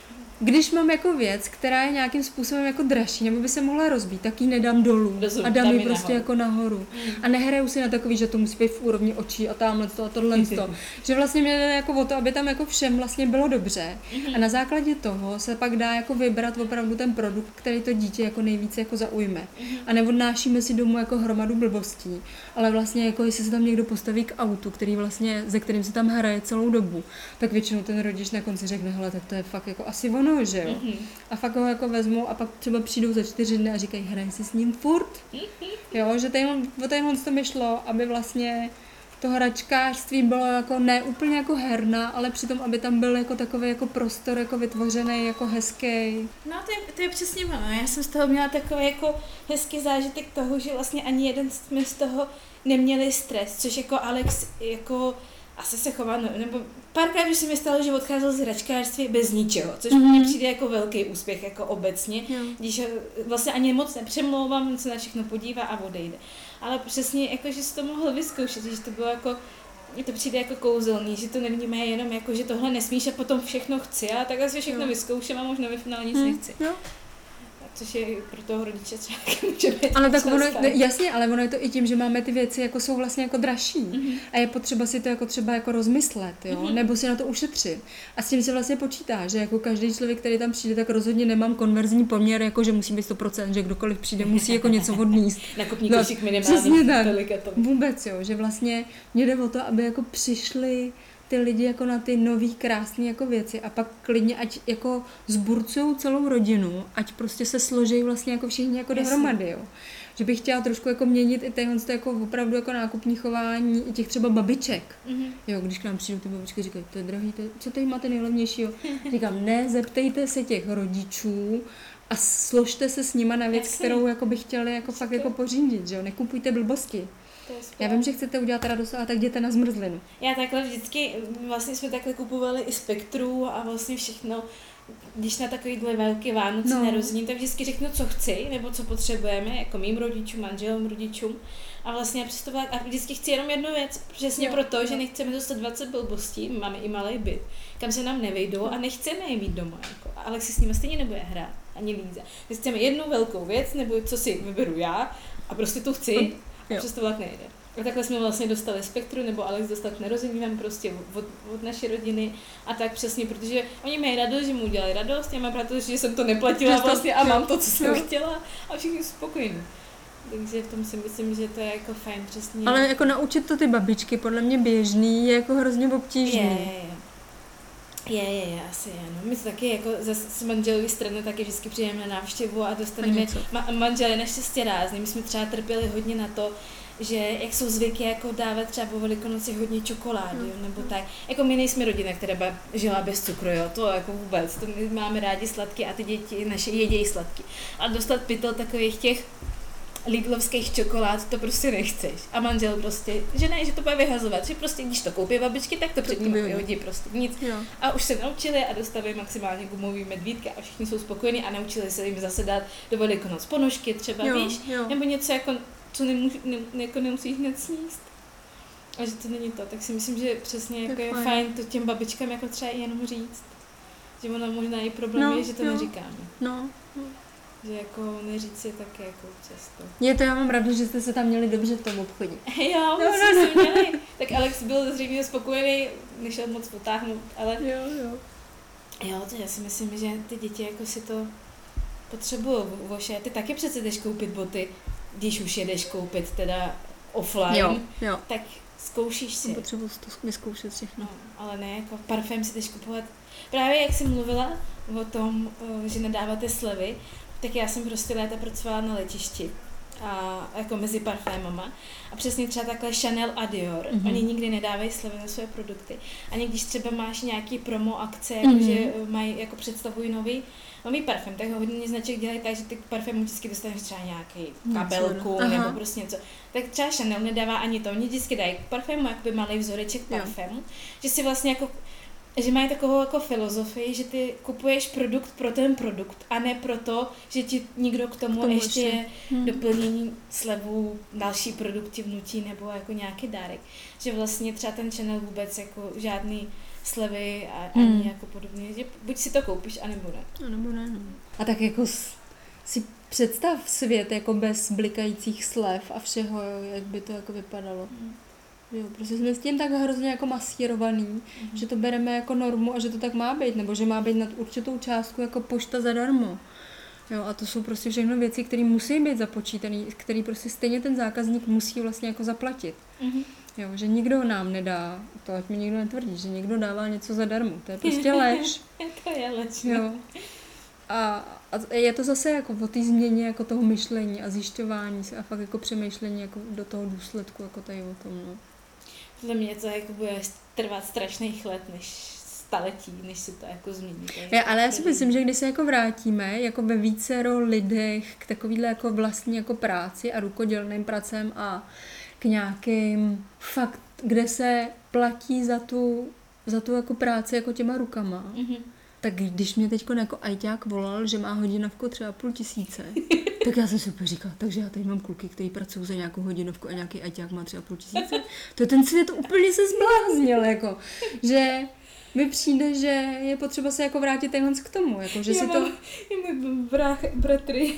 když mám jako věc, která je nějakým způsobem jako dražší, nebo by se mohla rozbít, tak ji nedám dolů Rozum, a dám ji prostě nahoru. jako nahoru. Mm. A nehraju si na takový, že to musí být v úrovni očí a tamhle to a tohle to. Že vlastně mě jde jako o to, aby tam jako všem vlastně bylo dobře. Mm. A na základě toho se pak dá jako vybrat opravdu ten produkt, který to dítě jako nejvíce jako zaujme. Mm. A neodnášíme si domů jako hromadu blbostí, ale vlastně jako jestli se tam někdo postaví k autu, který vlastně, ze kterým se tam hraje celou dobu, tak většinou ten rodič na konci řekne, hele, tak to je fakt jako asi ono. Že jo? Mm-hmm. A fakt ho jako vezmu a pak třeba přijdou za čtyři dny a říkají, hraj si s ním furt. Mm-hmm. Jo, že tady, o tadyhle to mi šlo, aby vlastně to hračkářství bylo jako ne úplně jako herna, ale přitom, aby tam byl jako takový jako prostor jako vytvořený, jako hezký. No to je, to je přesně ono. Já jsem z toho měla takový jako hezký zážitek toho, že vlastně ani jeden jsme z toho neměli stres, což jako Alex jako asi se chová, no, nebo párkrát už se mi stalo, že odcházel z hračkářství bez ničeho, což mm-hmm. mně přijde jako velký úspěch, jako obecně, jo. Když vlastně ani moc nepřemlouvám, se na všechno podívá a odejde. Ale přesně, jako, že si to mohl vyzkoušet, že to bylo jako, mně to přijde jako kouzelný, že to nevnímá jenom jako, že tohle nesmíš a potom všechno chci, ale takhle si všechno jo. vyzkouším a možná ve finále nic mm, nechci. Jo. Což je pro toho rodiče třeba může být. Ale tak ono, jasně, ale ono je to i tím, že máme ty věci, jako jsou vlastně jako dražší. Mm-hmm. A je potřeba si to jako třeba jako rozmyslet, jo? Mm-hmm. Nebo si na to ušetřit. A s tím se vlastně počítá, že jako každý člověk, který tam přijde, tak rozhodně nemám konverzní poměr, jako že musí být sto procent, že kdokoliv přijde, musí jako něco odníst. Nakupní košík minimálně. Přesně tak. Vůbec, jo, že vlastně mě jde o to, aby jako přišli ty lidi jako na ty nový krásné jako věci a pak klidně ať jako zburcujou celou rodinu, ať prostě se složejí vlastně jako všichni jako dohromady, jo. že bych chtěla trošku jako měnit i téhle jako opravdu jako nákupní chování i těch třeba babiček. Mm-hmm. Jo, když k nám přijdou ty babičky, říkají, to je drahý, to je, co tady máte nejlevnějšího? Říkám, ne, zeptejte se těch rodičů a složte se s nima na věc, Jasně. kterou jako by chtěli jako fakt jako pořídit, že jo, nekupujte blbosti. Já vím, že chcete udělat radost, ale tak jděte na zmrzlinu. Já takhle vždycky, vlastně jsme takhle kupovali i Spektru a vlastně všechno, když na takovýhle velké Vánoce no. narození, tak vždycky řeknu, co chci, nebo co potřebujeme, jako mým rodičům, manželům, rodičům. A vlastně přistupovat, a vždycky chci jenom jednu věc, přesně jo, proto, jo. že nechceme dostat dvacet blbostí, máme i malý byt, kam se nám nevejdou a nechceme je mít doma. Jako. A Alex si s nimi stejně nebude hrát, ani Líza. My chceme jednu velkou věc, nebo co si vyberu já, a prostě tu chci, a přes to vlak nejde. A takhle jsme vlastně dostali Spektru, nebo Alex dostal k narozeninám prostě od, od naší rodiny a tak přesně, protože oni mají radost, že mu udělali radost, já mám radost, že jsem to neplatila vlastně a mám to, co jsem chtěla a všichni jsou spokojení. Takže v tom si myslím, že to je jako fajn přesně. Ale jako naučit to ty babičky, podle mě běžný, je jako hrozně obtížný. Je, je, je. Je, je, je, asi je. No. My to taky jako zase z manželový strany taky vždycky přijdeme na návštěvu a dostaneme, ma- manžel je naštěstí rázný, my jsme třeba trpěli hodně na to, že jak jsou zvyky jako dávat třeba po Velikonoci hodně čokolády, mm. nebo tak. Jako my nejsme rodina, která žila bez cukru, jo, to jako vůbec, to my máme rádi sladké a ty děti naše jedějí sladké. A dostat pytel takových těch Lidlovských čokolád, to prostě nechceš. A manžel prostě, že ne, že to bude vyhazovat, že prostě když to koupí babičky, tak to před ním vyhodí prostě nic. Jo. A už se naučili a dostali maximálně gumový medvídka a všichni jsou spokojení a naučili se jim zase dát do Velikonoc ponožky třeba, jo, víš, jo. nebo něco jako, co nemůž, ne, jako nemusíš hned sníst. A že to není to, tak si myslím, že přesně jako je fajn. fajn to těm babičkám jako třeba jenom říct. Že ona možná i problém no, je, že to jo. neříkáme. No, no. Že jako neříct si taky jako často. Je to, já mám radost, že jste se tam měli dobře v tom obchodě. Jo, my no, jsme no, no. měli. Tak Alex byl zřejmě spokojený, nešel moc potáhnout, ale... Jo, jo. Jo, to já si myslím, že ty děti jako si to potřebují voše. Ty taky přece jdeš koupit boty, když už jedeš koupit teda offline, jo, jo. tak zkoušíš si. Potřebuji to vyzkoušet všechno. No, ale ne, jako parfém si jdeš kupovat. Právě jak jsi mluvila o tom, že nedáváte slevy, tak já jsem prostě léta pracovala na letišti a jako mezi parfémama a přesně třeba takhle Chanel a Dior, mm-hmm. oni nikdy nedávají slevy na své produkty. Ani když třeba máš nějaký promo akce, jako mm-hmm. že mají, jako představují nový, nový parfém, tak hodně značek dělají tak, že ty parfémy vždycky dostaneš třeba nějaký kabelku Aha. nebo prostě něco. Tak třeba Chanel nedává ani to, oni vždycky dají k parfému jakoby malý vzoreček parfému, jo. že si vlastně jako že mají takovou jako filozofii, že ty kupuješ produkt pro ten produkt a ne proto, že ti někdo k tomu, k tomu ještě, ještě hmm. doplnění slevu, další produkty vnutí nebo jako nějaký dárek. Že vlastně třeba ten Chanel vůbec jako žádný slevy a ani hmm. jako podobně, že buď si to koupíš, anebo ne. A nebo ne, no. A tak jako si představ svět jako bez blikajících slev a všeho, jak by to jako vypadalo. Hmm. Jo, prostě jsme s tím tak hrozně jako masírovaný, mm-hmm. že to bereme jako normu a že to tak má být, nebo že má být nad určitou částku jako pošta zadarmo. Jo, a to jsou prostě všechno věci, které musí být započítané, které prostě stejně ten zákazník musí vlastně jako zaplatit. Mm-hmm. Jo, že nikdo nám nedá, to ať mi nikdo netvrdí, že někdo dává něco zadarmo, to je prostě lež. To je lež. Jo. A, a je to zase jako o té změně jako toho myšlení a zjišťování se a fakt jako přemýšlení jako do toho důsledku, jako tady o tom, no. Podle mě to jako bude trvat strašných let, než staletí, než se to jako změní. Já, ale já si myslím, že když se jako vrátíme jako ve vícero lidech k takovýhle jako vlastní jako práci a rukodělným pracem a k nějakým fakt, kde se platí za tu, za tu jako práci jako těma rukama, mm-hmm. tak když mě teďko jako ajťák volal, že má hodinovku třeba půl tisíce, tak já jsem si úplně říkala, takže já tady mám kluky, kteří pracují za nějakou hodinovku a nějaký ajťák má třeba půl tisíce. To ten svět úplně se zbláznil, jako, že mi přijde, že je potřeba se jako vrátit tenhle k tomu, jako, že já si mám, to... Já můj brách, bratr je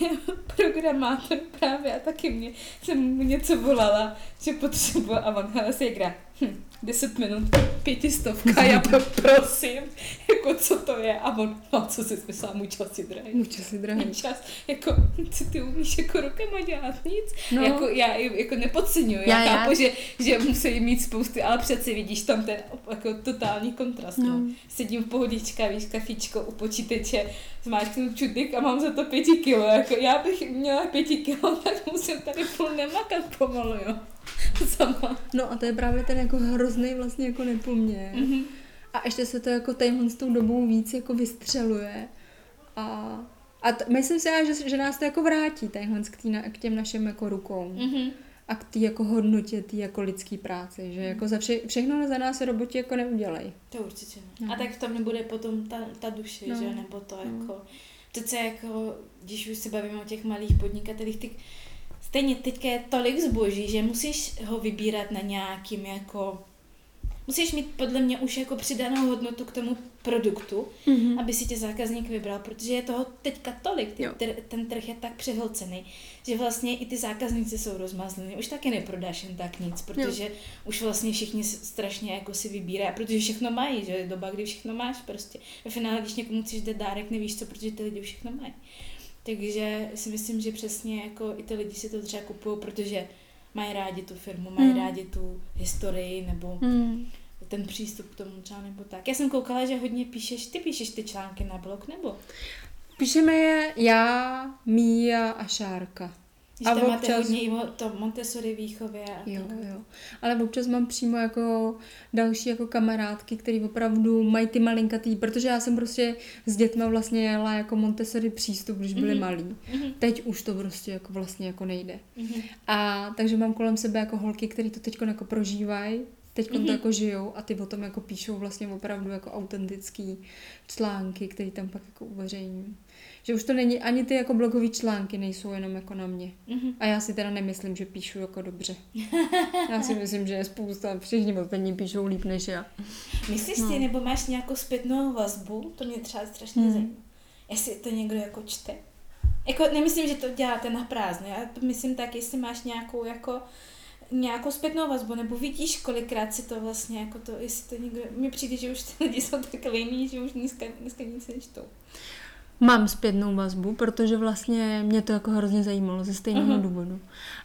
programátor právě a taky mě, jsem mu něco volala, že potřebuje a on si hra. hm, deset minut, pětistovka, já prosím, jako co to je? A on, no co jsi myslela, můj čas je drahý. Můj čas je drahý. Můj čas, jako, co ty umíš jako rukama dělat? Nic. No. Jako, já jako nepodceňuji, já, já chápu, já. Že, že musí mít spousty, ale přece vidíš tam ten jako totální kontrast. No. No. Sedím v pohodička, víš, kafičko u počítače, zmáčknu čudlik a mám za to pěti kilo. Jako, já bych měla pěti kilo, tak musím tady půl nemakat pomalu, jo. Sama. No a to je právě ten jako hrozný vlastně jako nepoměr. Mm-hmm. A ještě se to jako tadyhle s tou dobou víc jako vystřeluje. A, a t- myslím si, že, že nás to jako vrátí tadyhle k, tý, k těm našim jako rukou. Mm-hmm. A k té jako hodnotě, té jako lidský práci. Že jako za vše, všechno za nás roboti jako neudělají. To určitě ne. No. A tak v tom nebude potom ta, ta duše, no. Že? Nebo to no. Jako... Přece jako, když už se bavíme o těch malých podnikatelích, ty stejně teďka je tolik zboží, že musíš ho vybírat na nějakým jako... Musíš mít podle mě už jako přidanou hodnotu k tomu produktu, mm-hmm. aby si tě zákazník vybral, protože je toho teďka tolik, ty, tr, ten trh je tak přehlcený, že vlastně i ty zákazníci jsou rozmazlení. Už taky neprodáš jen tak nic, protože jo. Už vlastně všichni strašně jako si vybírají, protože všechno mají, že je doba, kdy všechno máš prostě. Ve finále, když někomu chceš dát dárek, nevíš co, protože ty lidi už všechno mají. Takže si myslím, že přesně jako i ty lidi si to třeba kupují, protože mají rádi tu firmu, mají hmm. rádi tu historii nebo hmm. ten přístup k tomu třeba nebo tak. Já jsem koukala, že hodně píšeš, ty píšeš ty články na blog nebo? Píšeme je já, Míja a Šárka. Když a tam občas... máte hodně i o to Montessori výchově. A jo, jo. Ale občas mám přímo jako další jako kamarádky, který opravdu mají ty malinkatý, protože já jsem prostě s dětma vlastně jela jako Montessori přístup, když byli mm-hmm. malí. Mm-hmm. Teď už to prostě jako vlastně jako nejde. Mm-hmm. A takže mám kolem sebe jako holky, který to teď jako prožívají, teď mm-hmm. to jako žijou a ty o tom jako píšou vlastně opravdu jako autentický články, který tam pak jako uveřejním. Že už to není, ani ty jako blogový články nejsou jenom jako na mě. Mm-hmm. A já si teda nemyslím, že píšu jako dobře. Já si myslím, že je spousta, všichni ostatní píšou líp než já. Myslíš no. si, nebo máš nějakou zpětnou vazbu? To mě třeba strašně mm. zajímá. Jestli to někdo jako čte. Jako nemyslím, že to děláte na prázdno. Já to myslím tak, jestli máš nějakou jako nějakou zpětnou vazbu, nebo vidíš, kolikrát si to vlastně jako to, jestli to někdo, mi přijde, že už ty lidi jsou takový, že už dneska, dneska nic nečtou. Mám zpětnou vazbu, protože vlastně mě to jako hrozně zajímalo ze stejného uh-huh. důvodu.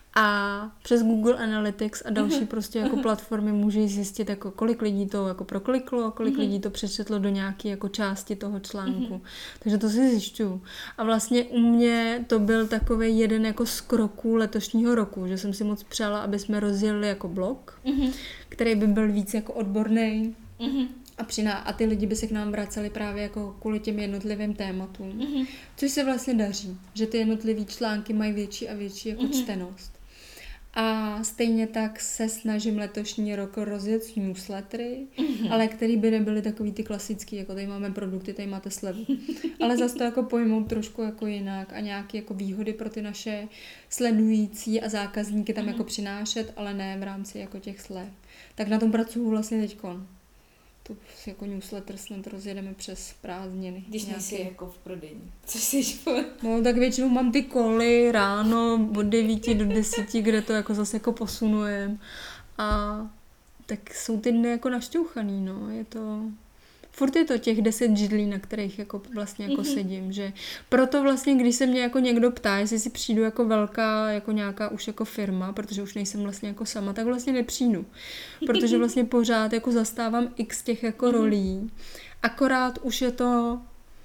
A přes Google Analytics a další uh-huh. prostě jako uh-huh. platformy můžeš zjistit, jako kolik lidí to jako prokliklo, kolik uh-huh. lidí to přečetlo do nějaké jako části toho článku. Uh-huh. Takže to si zjišťuju. A vlastně u mě to byl takový jeden jako z kroků letošního roku, že jsem si moc přála, aby jsme rozjeli jako blog, uh-huh. který by byl víc jako odborný. Uh-huh. A, přiná, a ty lidi by se k nám vraceli právě jako kvůli těm jednotlivým tématům. Mm-hmm. Což se vlastně daří, že ty jednotlivý články mají větší a větší jako mm-hmm. čtenost. A stejně tak se snažím letošní rok rozjet newslettery, mm-hmm. ale který by nebyly takový ty klasický, jako tady máme produkty, tady máte slevu. Ale zase to jako pojmout trošku jako jinak a nějaké jako výhody pro ty naše sledující a zákazníky tam mm-hmm. jako přinášet, ale ne v rámci jako těch slev. Tak na tom pracuju vlastně teďkon. Tu jako newsletter snad rozjedeme přes prázdniny. Když nejsi jako v prodejní. Což jsi No tak většinou mám ty koly ráno od devíti do desíti, kde to jako zase jako posunujem. A tak jsou ty dny jako našťouchaný, no. Je to... Furt je to těch deset židlí, na kterých jako vlastně jako mm-hmm. sedím, že proto vlastně, když se mě jako někdo ptá, jestli si přijdu jako velká, jako nějaká už jako firma, protože už nejsem vlastně jako sama, tak vlastně nepřijdu. Protože vlastně pořád jako zastávám x těch jako rolí. Akorát už je to,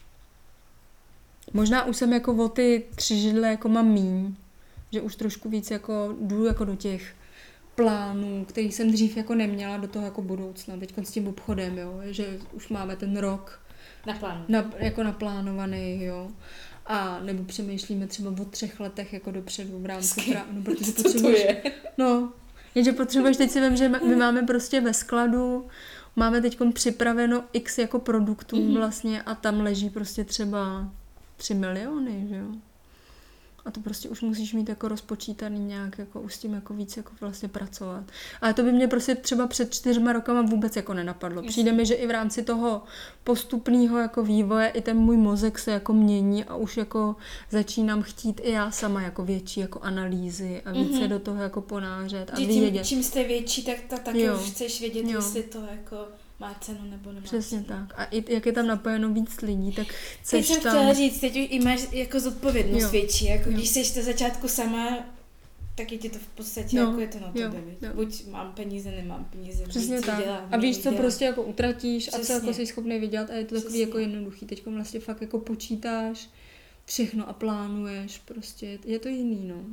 možná už jsem jako o ty tři židle jako mám míň, že už trošku víc jako jdu jako do těch plánů, který jsem dřív jako neměla do toho jako budoucna. Teď s tím obchodem, jo, že už máme ten rok Naplán. na, jako naplánovaný, jo. A nebo přemýšlíme třeba o třech letech jako dopředu v rámci práv, no, protože co to je? No, jenže potřebuješ, teď si vím, že my máme prostě ve skladu, máme teď připraveno x jako produktů mm-hmm. vlastně a tam leží prostě třeba tři miliony, že jo. A to prostě už musíš mít jako rozpočítaný nějak, jako už s tím jako víc jako vlastně pracovat. Ale to by mě prostě třeba před čtyřma rokama vůbec jako nenapadlo. Přijde mi, že i v rámci toho postupného jako vývoje i ten můj mozek se jako mění a už jako začínám chtít i já sama jako větší jako analýzy a více mm-hmm. do toho jako ponářet a vědět. Čím jste větší, tak ta, taky jo. už chceš vědět, jo. jestli to jako má cenu nebo nemá. Přesně cenu. tak. A i jak je tam napojeno víc lidí, tak chceš teď jsem tam... chtěla říct, teď i máš jako zodpovědnost jo. větší. Jako jo. když jsi na začátku sama, tak je ti to v podstatě no. jako je to na jo. tobě. Jo. Buď mám peníze, nemám peníze. Přesně víc, tak. Dělám, a víš, co dělám. prostě jako utratíš Přesně. a co jako jsi schopný vydělat a je to Přesně. takový jako jednoduchý. Teď vlastně fakt jako počítáš všechno a plánuješ. Prostě je to jiný, no.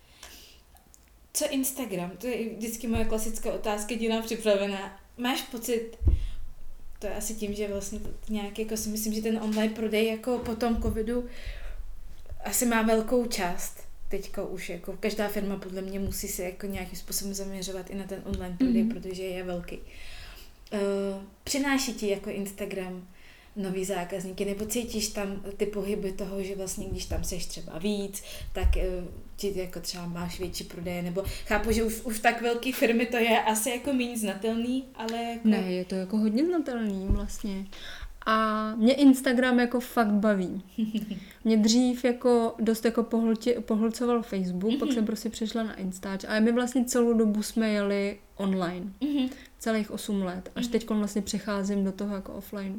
Co Instagram? To je vždycky moje klasická otázka, dělám připravená. Máš pocit, to je asi tím, že vlastně to nějak jako si myslím, že ten online prodej jako po tom covidu asi má velkou část. Teďka už jako každá firma podle mě musí se jako nějakým způsobem zaměřovat i na ten online prodej, mm-hmm. protože je velký. Uh, přináší ti jako Instagram nový zákazníky, nebo cítíš tam ty pohyby toho, že vlastně když tam seš třeba víc, tak uh, ti jako třeba máš větší prodeje, nebo chápu, že už, už tak velké firmy to je asi jako méně znatelný, ale jako... Ne, je to jako hodně znatelný vlastně. A mě Instagram jako fakt baví. Mě dřív jako dost jako pohlti, pohlcoval Facebook, mm-hmm. pak jsem prostě přešla na Instač a my vlastně celou dobu jsme jeli online. Mm-hmm. Celých osm let. Až mm-hmm. teď vlastně přecházím do toho jako offline.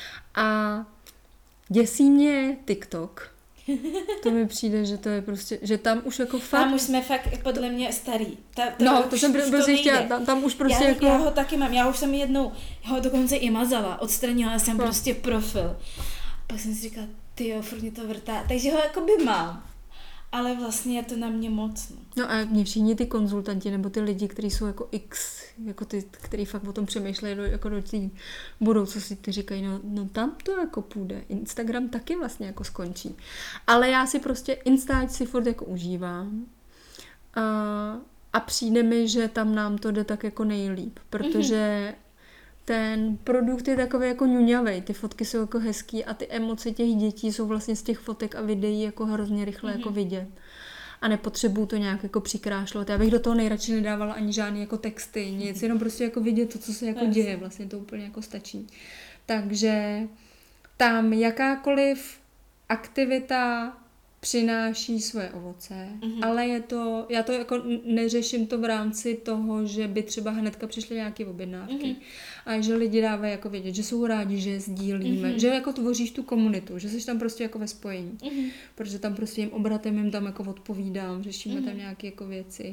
A děsí mě TikTok. To mi přijde, že to je prostě, že tam už jako fakt... Tam už jsme fakt podle mě starý. Ta, ta no, to jsem prostě chtěla, tam, tam už prostě já, jako... Já ho taky mám, já už jsem jednou ho dokonce i mazala, odstranila jsem no. prostě profil. Pak jsem si říkala, tyjo, furt mě to vrtá, takže ho jako by mám. Ale vlastně je to na mě moc. No, no a mě všichni ty konzultanti, nebo ty lidi, kteří jsou jako X, jako ty, kteří fakt o tom přemýšlejí do, jako do té budoucnosti, ty říkají, no, no tam to jako půjde. Instagram taky vlastně jako skončí. Ale já si prostě Instač si furt jako užívám a, a přijde mi, že tam nám to jde tak jako nejlíp, protože mm-hmm. ten produkt je takový jako ňuňavej, ty fotky jsou jako hezký a ty emoce těch dětí jsou vlastně z těch fotek a videí jako hrozně rychle mm-hmm. jako vidět. A nepotřebuju to nějak jako přikrášlovat. Já bych do toho nejradši nedávala ani žádný jako texty, nic, jenom prostě jako vidět to, co se jako děje, vlastně to úplně jako stačí. Takže tam jakákoliv aktivita přináší svoje ovoce, mm-hmm. ale je to, já to jako neřeším to v rámci toho, že by třeba hnedka přišly nějaké objednávky mm-hmm. a že lidi dávají jako vědět, že jsou rádi, že sdílíme, mm-hmm. že jako tvoříš tu komunitu, že jsi tam prostě jako ve spojení, mm-hmm. protože tam prostě jim obratem jim tam jako odpovídám, řešíme mm-hmm. tam nějaké jako věci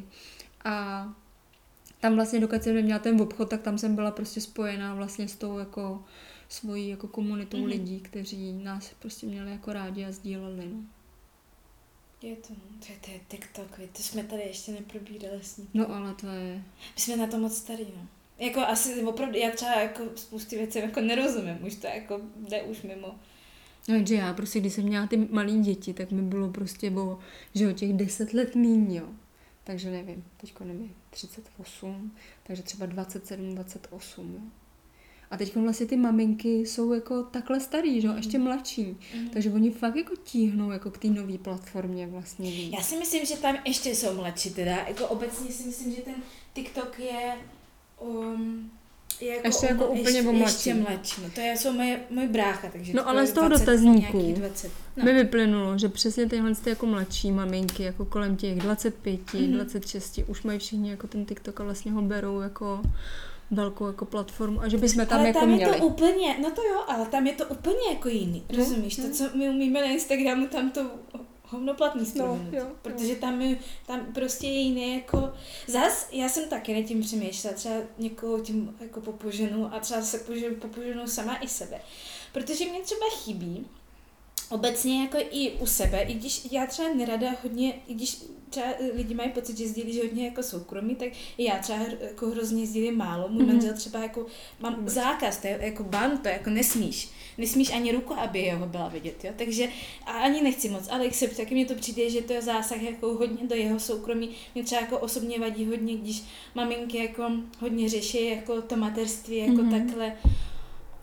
a tam vlastně dokud jsem neměla ten obchod, tak tam jsem byla prostě spojená vlastně s tou jako svojí jako komunitou mm-hmm. lidí, kteří nás prostě měli jako rádi a sdíleli, no. Je to, to je, to je TikTok, to jsme tady ještě neprobírali s ním. No ale to je... My jsme na to moc starý, no. Jako asi opravdu, já třeba jako spousty věcí jako nerozumím, už to jako jde už mimo. No jenže já prostě, když jsem měla ty malý děti, tak mi bylo prostě, bo, že o těch deset let míň, jo. Takže nevím, teďko nevím, třicet osm, takže třeba dvacet sedm, dvacet osm, jo. A teď vlastně ty maminky jsou jako takhle starý, že? Mm. ještě mladší. Mm. Takže oni fakt jako tíhnou jako k té nové platformě vlastně víc. Já si myslím, že tam ještě jsou mladší teda. Jako obecně si myslím, že ten TikTok je, um, je jako, ještě jako um, úplně ještě, mladší. Ještě mladší. No to je, jsou moje, můj brácha, takže no ale z toho dotazníku no. mi vyplynulo, že přesně tyhle ty jako mladší maminky, jako kolem těch dvacet pět, mm. dvacet šest, už mají všichni jako ten TikTok a vlastně ho berou jako velkou jako platformu a že bychom tam ale jako tam měli. Ale tam je to úplně, no to jo, ale tam je to úplně jako jiný, no, rozumíš? No. To, co my umíme na Instagramu, tam to hovnoplatný no, jo, protože jo. Tam, je, tam prostě je jiný jako, zas já jsem taky nad tím přemýšlela, třeba někoho tím jako popoženu a třeba se poženu, popoženu sama i sebe, protože mě třeba chybí obecně jako i u sebe, i když já třeba nerada hodně, i když třeba lidi mají pocit, že sdílí hodně jako soukromí, tak i já třeba jako hrozně sdílím málo. Můj mm-hmm. manžel třeba jako, mám zákaz, to je jako ban, to jako nesmíš. Nesmíš ani ruku, aby jeho byla vidět, jo. Takže a ani nechci moc, ale jak se taky mně to přijde, že to je zásah jako hodně do jeho soukromí. Mě třeba jako osobně vadí hodně, když maminky jako hodně řeší jako to mateřství, jako mm-hmm. takhle.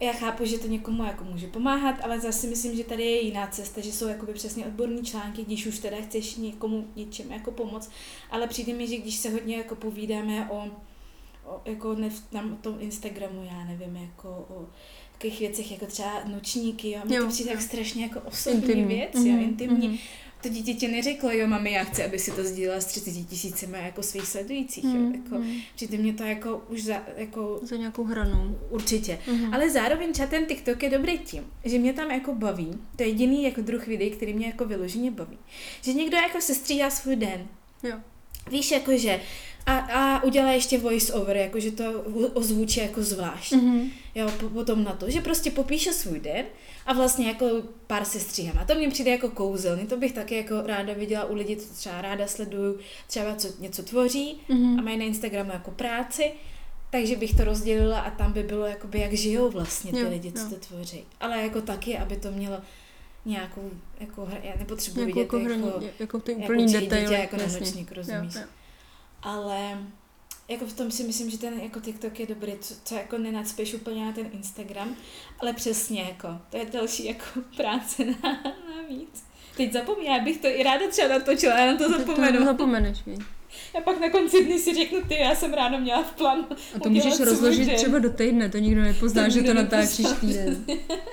já chápu, že to někomu jako může pomáhat, ale zase myslím, že tady je jiná cesta, že jsou jakoby přesně odborní články, když už teda chceš někomu něčem jako pomoct, ale přijde mi, že když se hodně jako povídáme o, o jako ne, na tom Instagramu, já nevím, jako o takových věcech, jako třeba nočníky, jo, a mi to přijde tak strašně jako osobní intimní. věc, mm-hmm. jo, intimní. Mm-hmm. To dítě ti neřeklo, jo, mami, já chci, aby si to sdílela s třiceti tisícima jako svých sledujících, mm, jo, jako, mm. přijde mě to jako už za, jako... Za nějakou hranou. Určitě. Mm. Ale zároveň třeba ten TikTok je dobrý tím, že mě tam jako baví, to je jediný jako druh videí, který mě jako vyloženě baví, že někdo jako se střídá svůj den. Jo. Víš, jakože a, a udělá ještě voice over, jakože to ozvučí jako zvlášť. Mm-hmm. Jo, po, potom na to, že prostě popíše svůj den a vlastně jako pár se stříhám. A to mně přijde jako kouzelný, to bych taky jako ráda viděla u lidí, co třeba ráda sleduju, třeba co, něco tvoří mm-hmm. a mají na Instagramu jako práci, takže bych to rozdělila a tam by bylo jakoby, jak žijou vlastně ty jo, lidi, co jo. to tvoří. Ale jako taky, aby to mělo nějakou, jako, já nepotřebuji vidět jako, jako, jako, jako ty úplný jako detaily. Jako na nočník, rozumíš? Jo, jo. Ale jako v tom si myslím, že ten jako TikTok je dobrý, co, co jako nenacpeš úplně na ten Instagram, ale přesně jako, to je další jako práce na, na víc. Teď zapomínám, já bych to i ráda třeba natočila, já na to zapomenu. To zapomeneš, víš. Já pak na konci dny si řeknu, ty, já jsem ráno měla v plánu. A to můžeš rozložit den. Třeba do týdne, to nikdo nepozná, to že to natáčíš týden.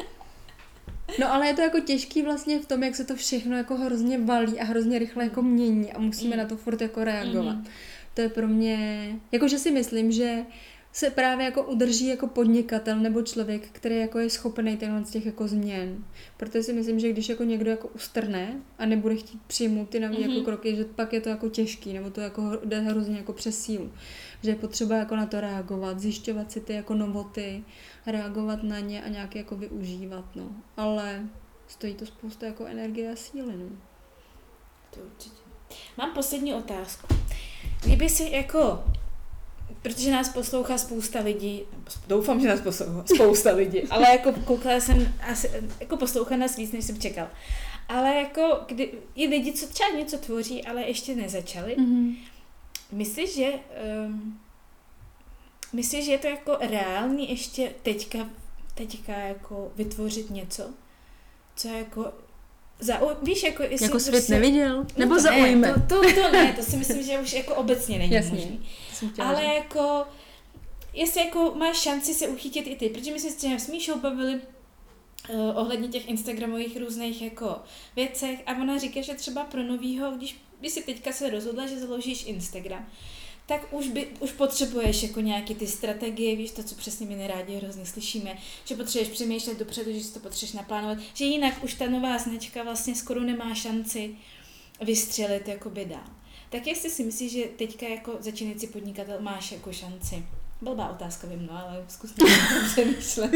No ale je to jako těžký vlastně v tom, jak se to všechno jako hrozně valí a hrozně rychle jako mění a musíme mm. na to furt jako reagovat. Mm. To je pro mě, jakože si myslím, že se právě jako udrží jako podnikatel nebo člověk, který jako je schopný tenhle z těch jako změn. Protože si myslím, že když jako někdo jako ustrne a nebude chtít přijmout ty nový mm-hmm. jako kroky, že pak je to jako těžký, nebo to jako jde hrozně jako přes sílu. Že je potřeba jako na to reagovat, zjišťovat si ty jako novoty, reagovat na ně a nějak jako využívat, no. Ale stojí to spousta jako energie a síly, no. To určitě. Mám poslední otázku. Kdyby si jako, protože nás poslouchá spousta lidí, doufám, že nás poslouchá spousta lidí, ale jako koukala jsem, asi, jako poslouchá nás víc, než jsem čekal. Ale jako, kdy, i lidi, co třeba něco tvoří, ale ještě nezačali, mm-hmm. myslíš, že um, myslíš, že je to jako reálný ještě teďka, teďka jako vytvořit něco, co jako Zau, víš, jako, jako svět prostě neviděl? Nebo no zaujme? Ne, to, to, to ne, to si myslím, že už jako obecně není Jasně, možný. Ale jako, jestli jako máš šanci se uchytit i ty, protože my jsme se třeba s Míšou bavili uh, ohledně těch instagramových různých jako věcech a ona říká, že třeba pro novýho, když by si teďka se rozhodla, že založíš Instagram, tak už, by, už potřebuješ jako nějaký ty strategie, víš, to, co přesně my nerádi hrozně slyšíme, že potřebuješ přemýšlet dopředu, že si to potřebuješ naplánovat, že jinak už ta nová značka vlastně skoro nemá šanci vystřelit jakoby dál. Tak jestli si myslíš, že teďka jako začínající podnikatel máš jako šanci? Blbá otázka, vím, no, ale zkus to přemýšlet.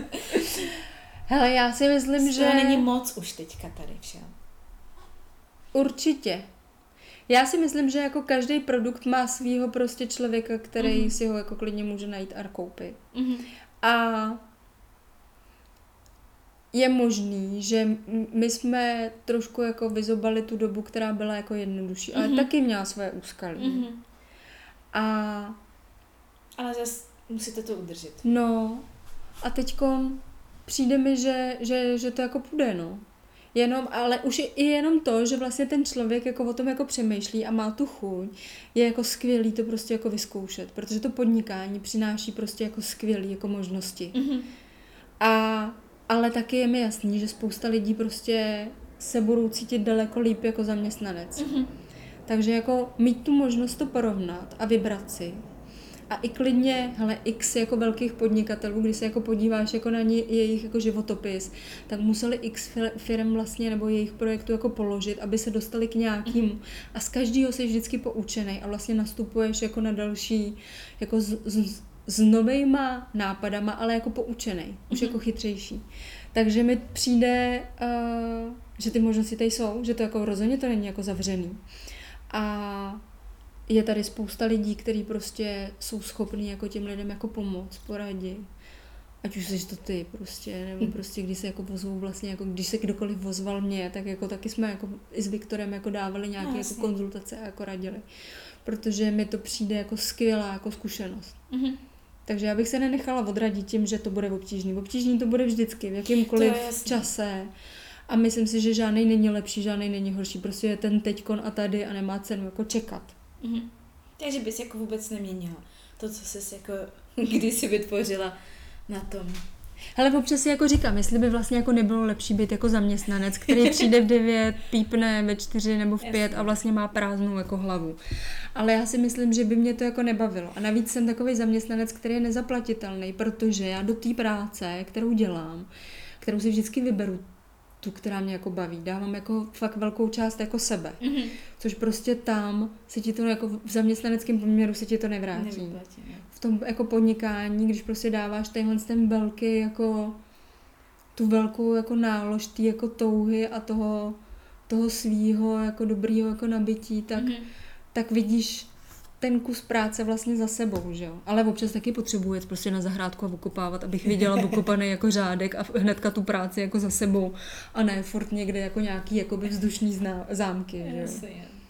Hele, já si myslím, že... To není moc už teďka tady všel. Určitě. Já si myslím, že jako každý produkt má svýho prostě člověka, který mm-hmm. si ho jako klidně může najít a koupit. Mm-hmm. A je možný, že my jsme trošku jako vyzobali tu dobu, která byla jako jednodušší, mm-hmm. ale taky měla svoje úskalí. Mm-hmm. A... Ale zase musíte to udržet. No a teďko přijde mi, že, že, že to jako půjde, no. Jenom, ale už je i jenom to, že vlastně ten člověk jako o tom jako přemýšlí a má tu chuť, je jako skvělý to prostě jako vyzkoušet, protože to podnikání přináší prostě jako skvělý jako možnosti. Mm-hmm. A, ale taky je mi jasný, že spousta lidí prostě se budou cítit daleko líp jako zaměstnanec. Mm-hmm. Takže jako mít tu možnost to porovnat a vybrat si. A i klidně, hele, x jako velkých podnikatelů, když se jako podíváš jako na ně, jejich jako životopis, tak museli x firm vlastně nebo jejich projektu jako položit, aby se dostali k nějakému. Mm-hmm. A z každého jsi vždycky poučenej a vlastně nastupuješ jako na další, jako z, z, s novejma nápadama, ale jako poučenej, už mm-hmm. jako chytřejší. Takže mi přijde, uh, že ty možnosti tady jsou, že to jako rozhodně to není jako zavřený. A je tady spousta lidí, kteří prostě jsou schopní jako těm lidem jako pomoct, poradit. Ať už jsi to ty prostě, nebo prostě když se jako vozvou vlastně, jako když se kdokoliv vozval mě, tak jako taky jsme jako i s Viktorem jako dávali nějaké no, jako konzultace a jako radili. Protože mi to přijde jako skvělá jako zkušenost. Mm-hmm. Takže já bych se nenechala odradit tím, že to bude obtížný. Obtížný to bude vždycky, v jakýmkoliv čase. A myslím si, že žádnej není lepší, žádnej není horší. Prostě je ten teďkon a tady a nemá cenu jako čekat. Mm-hmm. Takže bys jako vůbec neměnila to, co jsi jako kdysi vytvořila na tom. Hele, občas si jako říkám, jestli by vlastně jako nebylo lepší být jako zaměstnanec, který přijde v devět, pípne ve čtyři nebo v pět a vlastně má prázdnou jako hlavu. Ale já si myslím, že by mě to jako nebavilo. A navíc jsem takový zaměstnanec, který je nezaplatitelný, protože já do té práce, kterou dělám, kterou si vždycky vyberu, tu, která mě jako baví, dávám jako fakt velkou část jako sebe. Mm-hmm. Což prostě tam se ti to jako v zaměstnaneckém poměru se ti to nevrátí. Nevyplatí, ne? V tom jako podnikání, když prostě dáváš tenhle ten velký jako tu velkou jako nálož tý jako touhy a toho, toho svýho jako dobrýho jako nabití, tak, mm-hmm. tak vidíš ten kus práce vlastně za sebou, že jo. Ale občas taky potřebuji jet prostě na zahrádku a okopávat, abych viděla okopaný jako řádek a hnedka tu práci jako za sebou a ne furt někde jako nějaký jakoby vzdušný zná, zámky, že jo.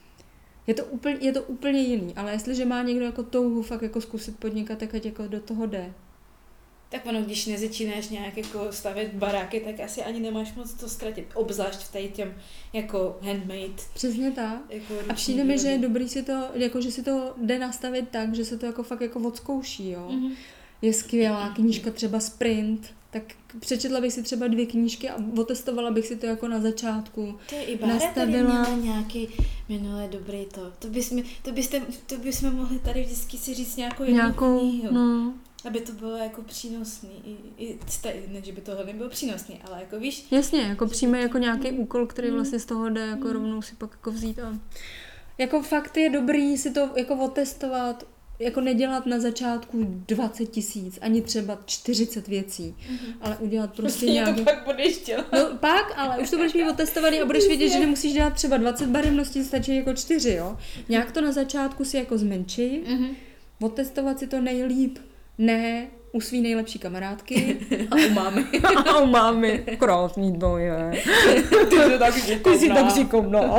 Je to, úplně, je to úplně jiný, ale jestliže má někdo jako touhu fakt jako zkusit podnikat, tak ať jako do toho jde. Tak ono, když nezačínáš nějak jako stavět baráky, tak asi ani nemáš moc to ztratit, obzvlášť v tady těm jako handmade. Přesně tak. Jako a přijde mi, že je dobrý si to, jako že si to jde nastavit tak, že se to jako fakt jako odzkouší, jo. Mm-hmm. Je skvělá knížka třeba Sprint, tak přečetla bych si třeba dvě knížky a otestovala bych si to jako na začátku. To je i Bára nastavila... tady měla nějaký minulé dobrý to. To bychom, to byste, to bychom mohli tady vždycky si říct nějakou jednu nějakou, knihu. No. Aby to bylo jako přínosný. I, i ne, že by tohle nebylo přínosný, ale jako víš... Jasně, jako přijme jako nějaký úkol, který vlastně z toho jde jako rovnou si pak jako vzít a... Jako fakt je dobrý si to jako otestovat, jako nedělat na začátku dvacet tisíc, ani třeba čtyřicet věcí, mm-hmm. ale udělat prostě nějaký... to pak budeš dělat. No pak, ale už to budeš mít otestovaný a budeš vědět, že nemusíš dělat třeba dvacet barevností, stačí jako čtyři, jo? Nějak to na začátku si jako zmenší, mm-hmm. otestovat si to nejlíp, ne u svý nejlepší kamarádky. A u mámy. A u mámy. Krásný to je. Ty jsi tak šikovná. Ty jsi tak šikovná.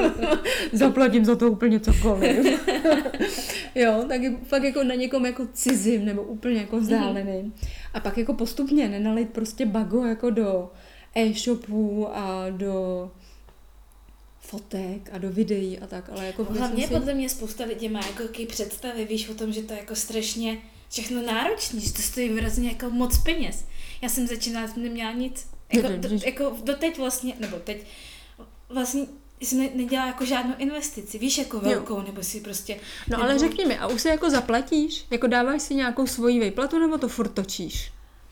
Zaplatím za to úplně cokoliv. Jo, tak fakt jako na někom jako cizím nebo úplně jako vzdáleným. A pak jako postupně nenalejt prostě bago jako do e-shopů a do fotek a do videí a tak, ale jako... Hlavně si... podle mě spousta lidí má jako jaký představy, víš o tom, že to je jako strašně všechno náročný, že to stojí vyrazně jako moc peněz. Já jsem začínala, jsem neměla nic, jako, do, jako doteď vlastně, nebo teď vlastně jsem ne, nedělala jako žádnou investici, víš, jako velkou, jo. Nebo si prostě... No nebo... ale řekni mi, a už se jako zaplatíš? Jako dáváš si nějakou svoji výplatu, nebo to furt točíš?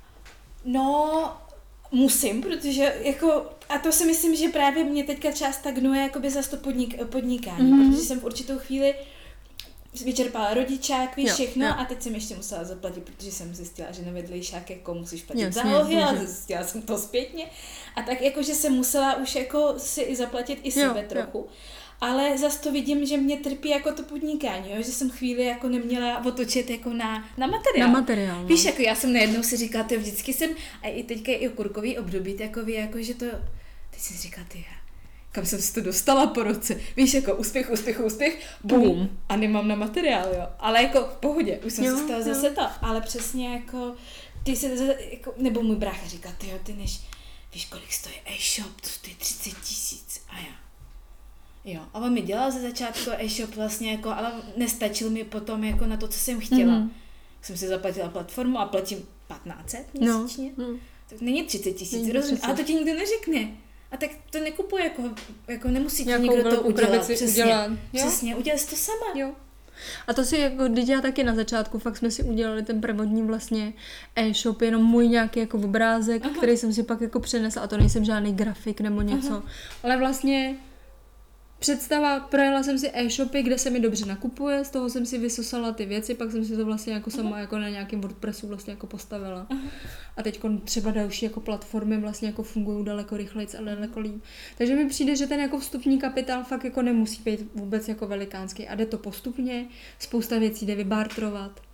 No, musím, protože jako, a to si myslím, že právě mě teďka třeba stagnuje jakoby za to podnik, podnikání, mm-hmm. protože jsem v určitou chvíli vyčerpala rodičák, víš, jo, všechno jo. A teď jsem ještě musela zaplatit, protože jsem zjistila, že na vedlejšák jako musíš platit jasně, zálohy a zjistila jsem to zpětně. A tak jako, že jsem musela už jako si i zaplatit i sebe jo, trochu. Jo. Ale zas to vidím, že mě trpí jako to podnikání, jo? Že jsem chvíli jako neměla otočit jako na, na materiál. Na materiál, no. Víš, jako já jsem najednou si říkala, to vždycky jsem, a i teďka i kurkový období takový, jako že to, teď jsem si říkala, ty kam jsem se to dostala po roce. Víš, jako úspěch, úspěch, úspěch, boom. A nemám na materiál, jo. Ale jako v pohodě, už jsem jo, se stala zase to. Ale přesně jako, ty se, jako, nebo můj brácha říká, ty jo, ty než, víš, kolik stojí e-shop, to stojí třicet tisíc. A já. Jo, a on mi dělal ze začátku e-shop vlastně, jako, ale nestačil mi potom jako na to, co jsem chtěla. Mm-hmm. Jsem si zaplatila platformu a platím patnáct set měsíčně. No, no. Tak není třicet tisíc, rozumím, ale to ti nikdo neřekne. A tak to nekupuje, jako, jako nemusí ti někdo to udělat. Přesně, udělat. Přesně, udělat to sama. Jo. A to si jako, když já taky na začátku, fakt jsme si udělali ten prvotní vlastně e-shop, jenom můj nějaký jako obrázek, aha. který jsem si pak jako přenesla, a to nejsem žádný grafik nebo něco, aha. ale vlastně představa, projela jsem si e-shopy, kde se mi dobře nakupuje, z toho jsem si vysosala ty věci, pak jsem si to vlastně jako sama jako na nějakém WordPressu vlastně jako postavila. Aha. A teď třeba další jako platformy vlastně jako fungují daleko rychlejc a daleko líp. Takže mi přijde, že ten jako vstupní kapitál fakt jako nemusí být vůbec jako velikánský a jde to postupně, spousta věcí jde vybartrovat.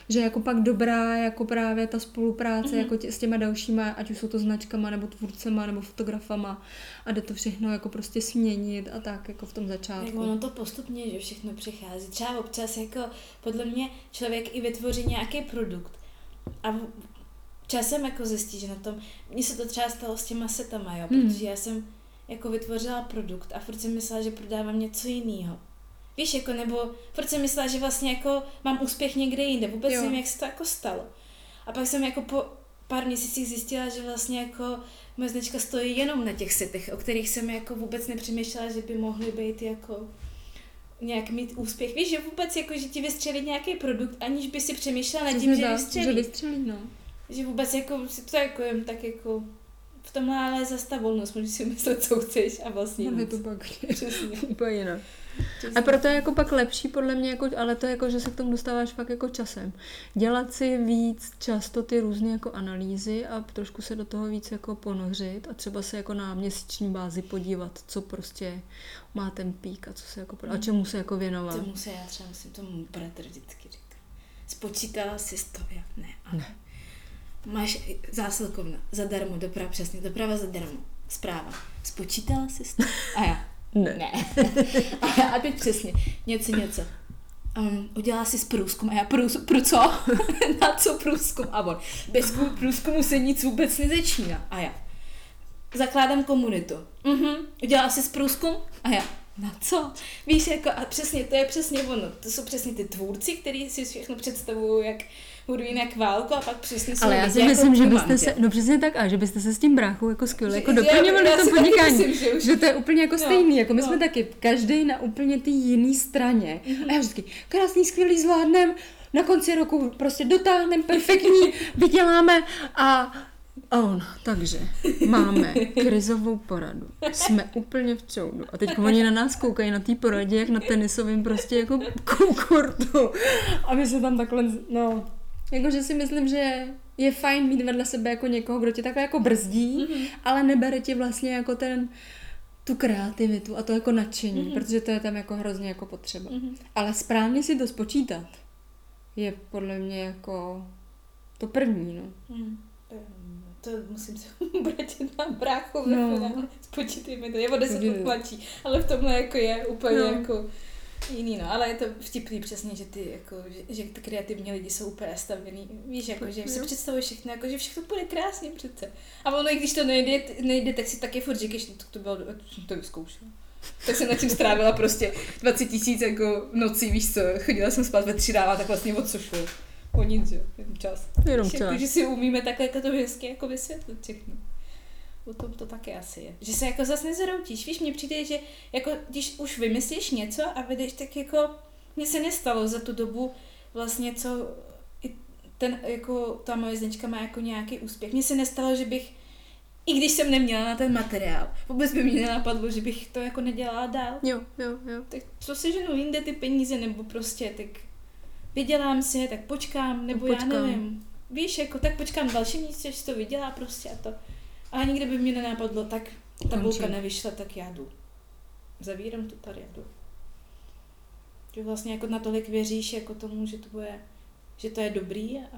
že jako pak dobrá jako právě ta spolupráce Mhm. jako tě, s těma dalšíma, ať už jsou to značkama, nebo tvůrcema, nebo fotografama a jde to všechno jako prostě směnit a tak jako v tom Jak začátku. ono to postupně, že všechno přichází. Třeba občas jako podle mě člověk i vytvoří nějaký produkt a v- časem jako zjistí, že na tom, mně se to třeba stalo s těma setama, jo, Hmm. protože já jsem jako vytvořila produkt a furt jsem myslela, že prodávám něco jiného. Víš, jako, nebo furt jsem myslela, že vlastně jako mám úspěch někde jinde, vůbec Jo. nevím, jak se to jako stalo. A pak jsem jako po pár měsících zjistila, že vlastně jako moje značka stojí jenom na těch setech, o kterých jsem jako vůbec nepřemýšlela, že by mohly být jako nějak mít úspěch. Víš, že vůbec jako, že ti vystřelí nějaký produkt, aniž by si přemýšlela nad tím, Přesně že tak, vystřelí. že vystřelí, no. Že vůbec jako si to jako jen tak jako v tomhle ale zase ta volnost, můžeš si myslet, co chceš a vlastně No, je nic. to pak Přesně. úplně jinak. Přesně. A proto je jako pak lepší podle mě, jako, ale to je jako, že se k tomu dostáváš fakt jako časem. Dělat si víc často ty různé jako analýzy a trošku se do toho víc jako ponořit a třeba se jako na měsíční bázi podívat, co prostě má ten pík a co se jako, a čemu se jako věnovat. Tomu se já třeba musím tomu bratr vždycky říkat. Spočítala jsi to, jak ne, ale Ne. máš zásilkovna, zadarmo, doprava, přesně, doprava zadarmo, zpráva. Spočítala jsi to? A já, Ne. ne. A, a teď přesně, něco, něco. Um, udělala jsi průzkum a já průz, prů co? Na co průzkum? A on, bez průzkumu se nic vůbec nezačíná. A já, zakládám komunitu. Mhm. Udělala jsi průzkum? A já, na co? Víš, jako, a přesně, to je přesně ono. To jsou přesně ty tvůrci, kteří si všechno představují, jak hudbí jak válku a pak přesně jsou Ale já lidi si jako myslím, že byste diamanty. se, no přesně tak, a že byste se s tím bráchou jako skvěle jako Já- doplňovali já v tom si taky podnikání. myslím, že už- Že to je úplně jako No, stejný, jako my no. jsme taky, každý na úplně ty jiný straně. Mhm. A já vždycky, krásný, skvělý, zvládnem, na konci roku prostě dotáhneme, perfektní, vyděláme a a on, takže máme krizovou poradu. Jsme úplně v čoudu. A teď oni na nás koukají na té poradě, jak na tenisovém prostě jako kurtu. A my se tam takhle, no, jakože si myslím, že je fajn mít vedle sebe jako někoho, kdo tě takhle jako brzdí, Mhm. ale nebere ti vlastně jako ten, tu kreativitu a to jako nadšení, Mhm. protože to je tam jako hrozně jako potřeba. Mhm. Ale správně si to spočítat je podle mě jako to první, no. Hmm. To musím se obrátit na bráchu, No. no. Spočítejme to, je o deset Je. let mladší, ale v tomhle jako je úplně No. jako jiný, no, ale je to vtipný přesně, že ty jako, že, že ty kreativní lidi jsou úplně stavěný, víš, jako, že si Jo. představuješ všechno, jako, že všechno bude krásně přece. A ono, i když to nejde, nejde tak si taky furt říkáš, no, to bylo, jsem to vyzkoušela. Tak jsem nad tím strávila prostě dvacet tisíc jako nocí, víš co, chodila jsem spát ve tři ráno, tak vlastně o co šlo. O nic, jo, jenom čas. Jenom Víš, jako, čas. že si umíme takhle jako to hezky jako vysvětlit všechno. O tom to taky asi je. Že se jako zase nezroutíš. Víš, mně přijde, že jako, když už vymyslíš něco a vedeš, tak jako mně se nestalo za tu dobu vlastně, co i ten, jako ta moje značka má jako nějaký úspěch. Mně se nestalo, že bych, i když jsem neměla na ten materiál, vůbec by mě nenapadlo, že bych to jako nedělala dál. Jo, jo, jo. Tak co se ženu jinde ty peníze, nebo prostě tak vydělám si, tak počkám, nebo Počkám. já nevím. Víš, jako tak počkám další měsíc, až to vydělá prostě a to. Ale nikdy by mě nenapadlo, tak tabulka Končím. nevyšla, tak já jdu. Zavírám to tady a jdu. Že vlastně jako natolik věříš jako tomu, že to bude, že to je dobrý a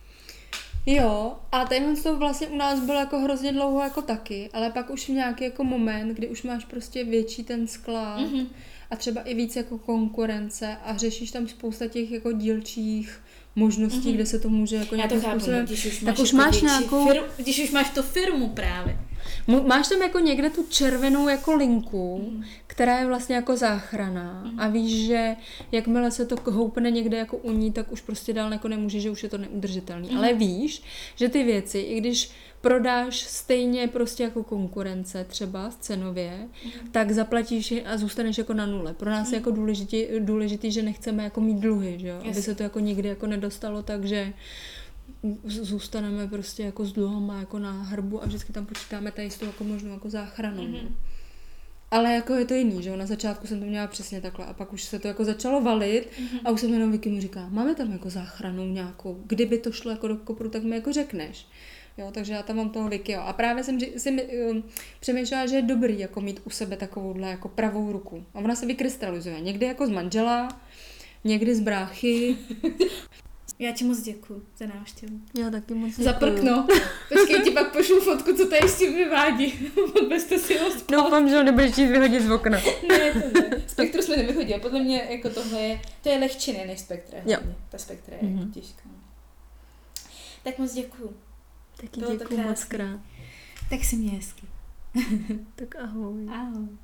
Jo, a tenhle to vlastně u nás bylo jako hrozně dlouho jako taky, ale pak už v nějaký jako moment, kdy už máš prostě větší ten sklad Mhm. a třeba i víc jako konkurence a řešíš tam spousta těch jako dílčích možností, Mhm. kde se to může jako já to nějakým chápu, no, způsobem... když už tak máš, už jako máš větší nějakou- firmu, když už máš to firmu právě. Mu- Máš tam jako někde tu červenou jako linku, Mhm. která je vlastně jako záchrana Mhm. a víš, že jakmile se to houpne někde jako u ní, tak už prostě dál jako nemůže, že už je to neudržitelný. Mhm. Ale víš, že ty věci, i když prodáš stejně prostě jako konkurence třeba cenově, Mhm. tak zaplatíš je a zůstaneš jako na nule. Pro nás je jako důležitý, důležitý, že nechceme jako mít dluhy, že jo? Aby Jasně. se to jako nikdy jako nedostalo, takže zůstaneme prostě jako s dluhama jako na hrbu a vždycky tam počítáme tady s tou jako možnou jako záchranou. Mhm. Mm-hmm. Ale jako je to jiný, že jo? Na začátku jsem to měla přesně takhle a pak už se to jako začalo valit Mhm. a už jsem jenom Vicky mu říká, máme tam jako záchranou nějakou, kdyby to šlo jako do kopru, tak mi jako řekneš. Jo, takže já tam mám toho Vicky, jo. A právě jsem ři- si mi, um, přemýšlela, že je dobrý jako mít u sebe takovouhle jako pravou ruku. A ona se vykrystalizuje. Někdy jako z manžela, někdy z bráchy. Já ti moc děkuju za návštěvu. Já taky moc děkuju. Za prkno. Počkej, ti pak pošlu fotku, co tady s tím vyvádí. Odvezte si ho spát. Doufám, že ho nebudeš chtít vyhodit z okna. Ne, to ne. Spektru jsme nevyhodili. Podle mě jako tohle je, to je lehčiny než Spektra. Jo. Ta Spektra je Mhm. jako těžká. Tak moc děkuju. Taky Bylo to děkuju krásný. moc krát. Tak si mě hezky. Tak ahoj. Ahoj.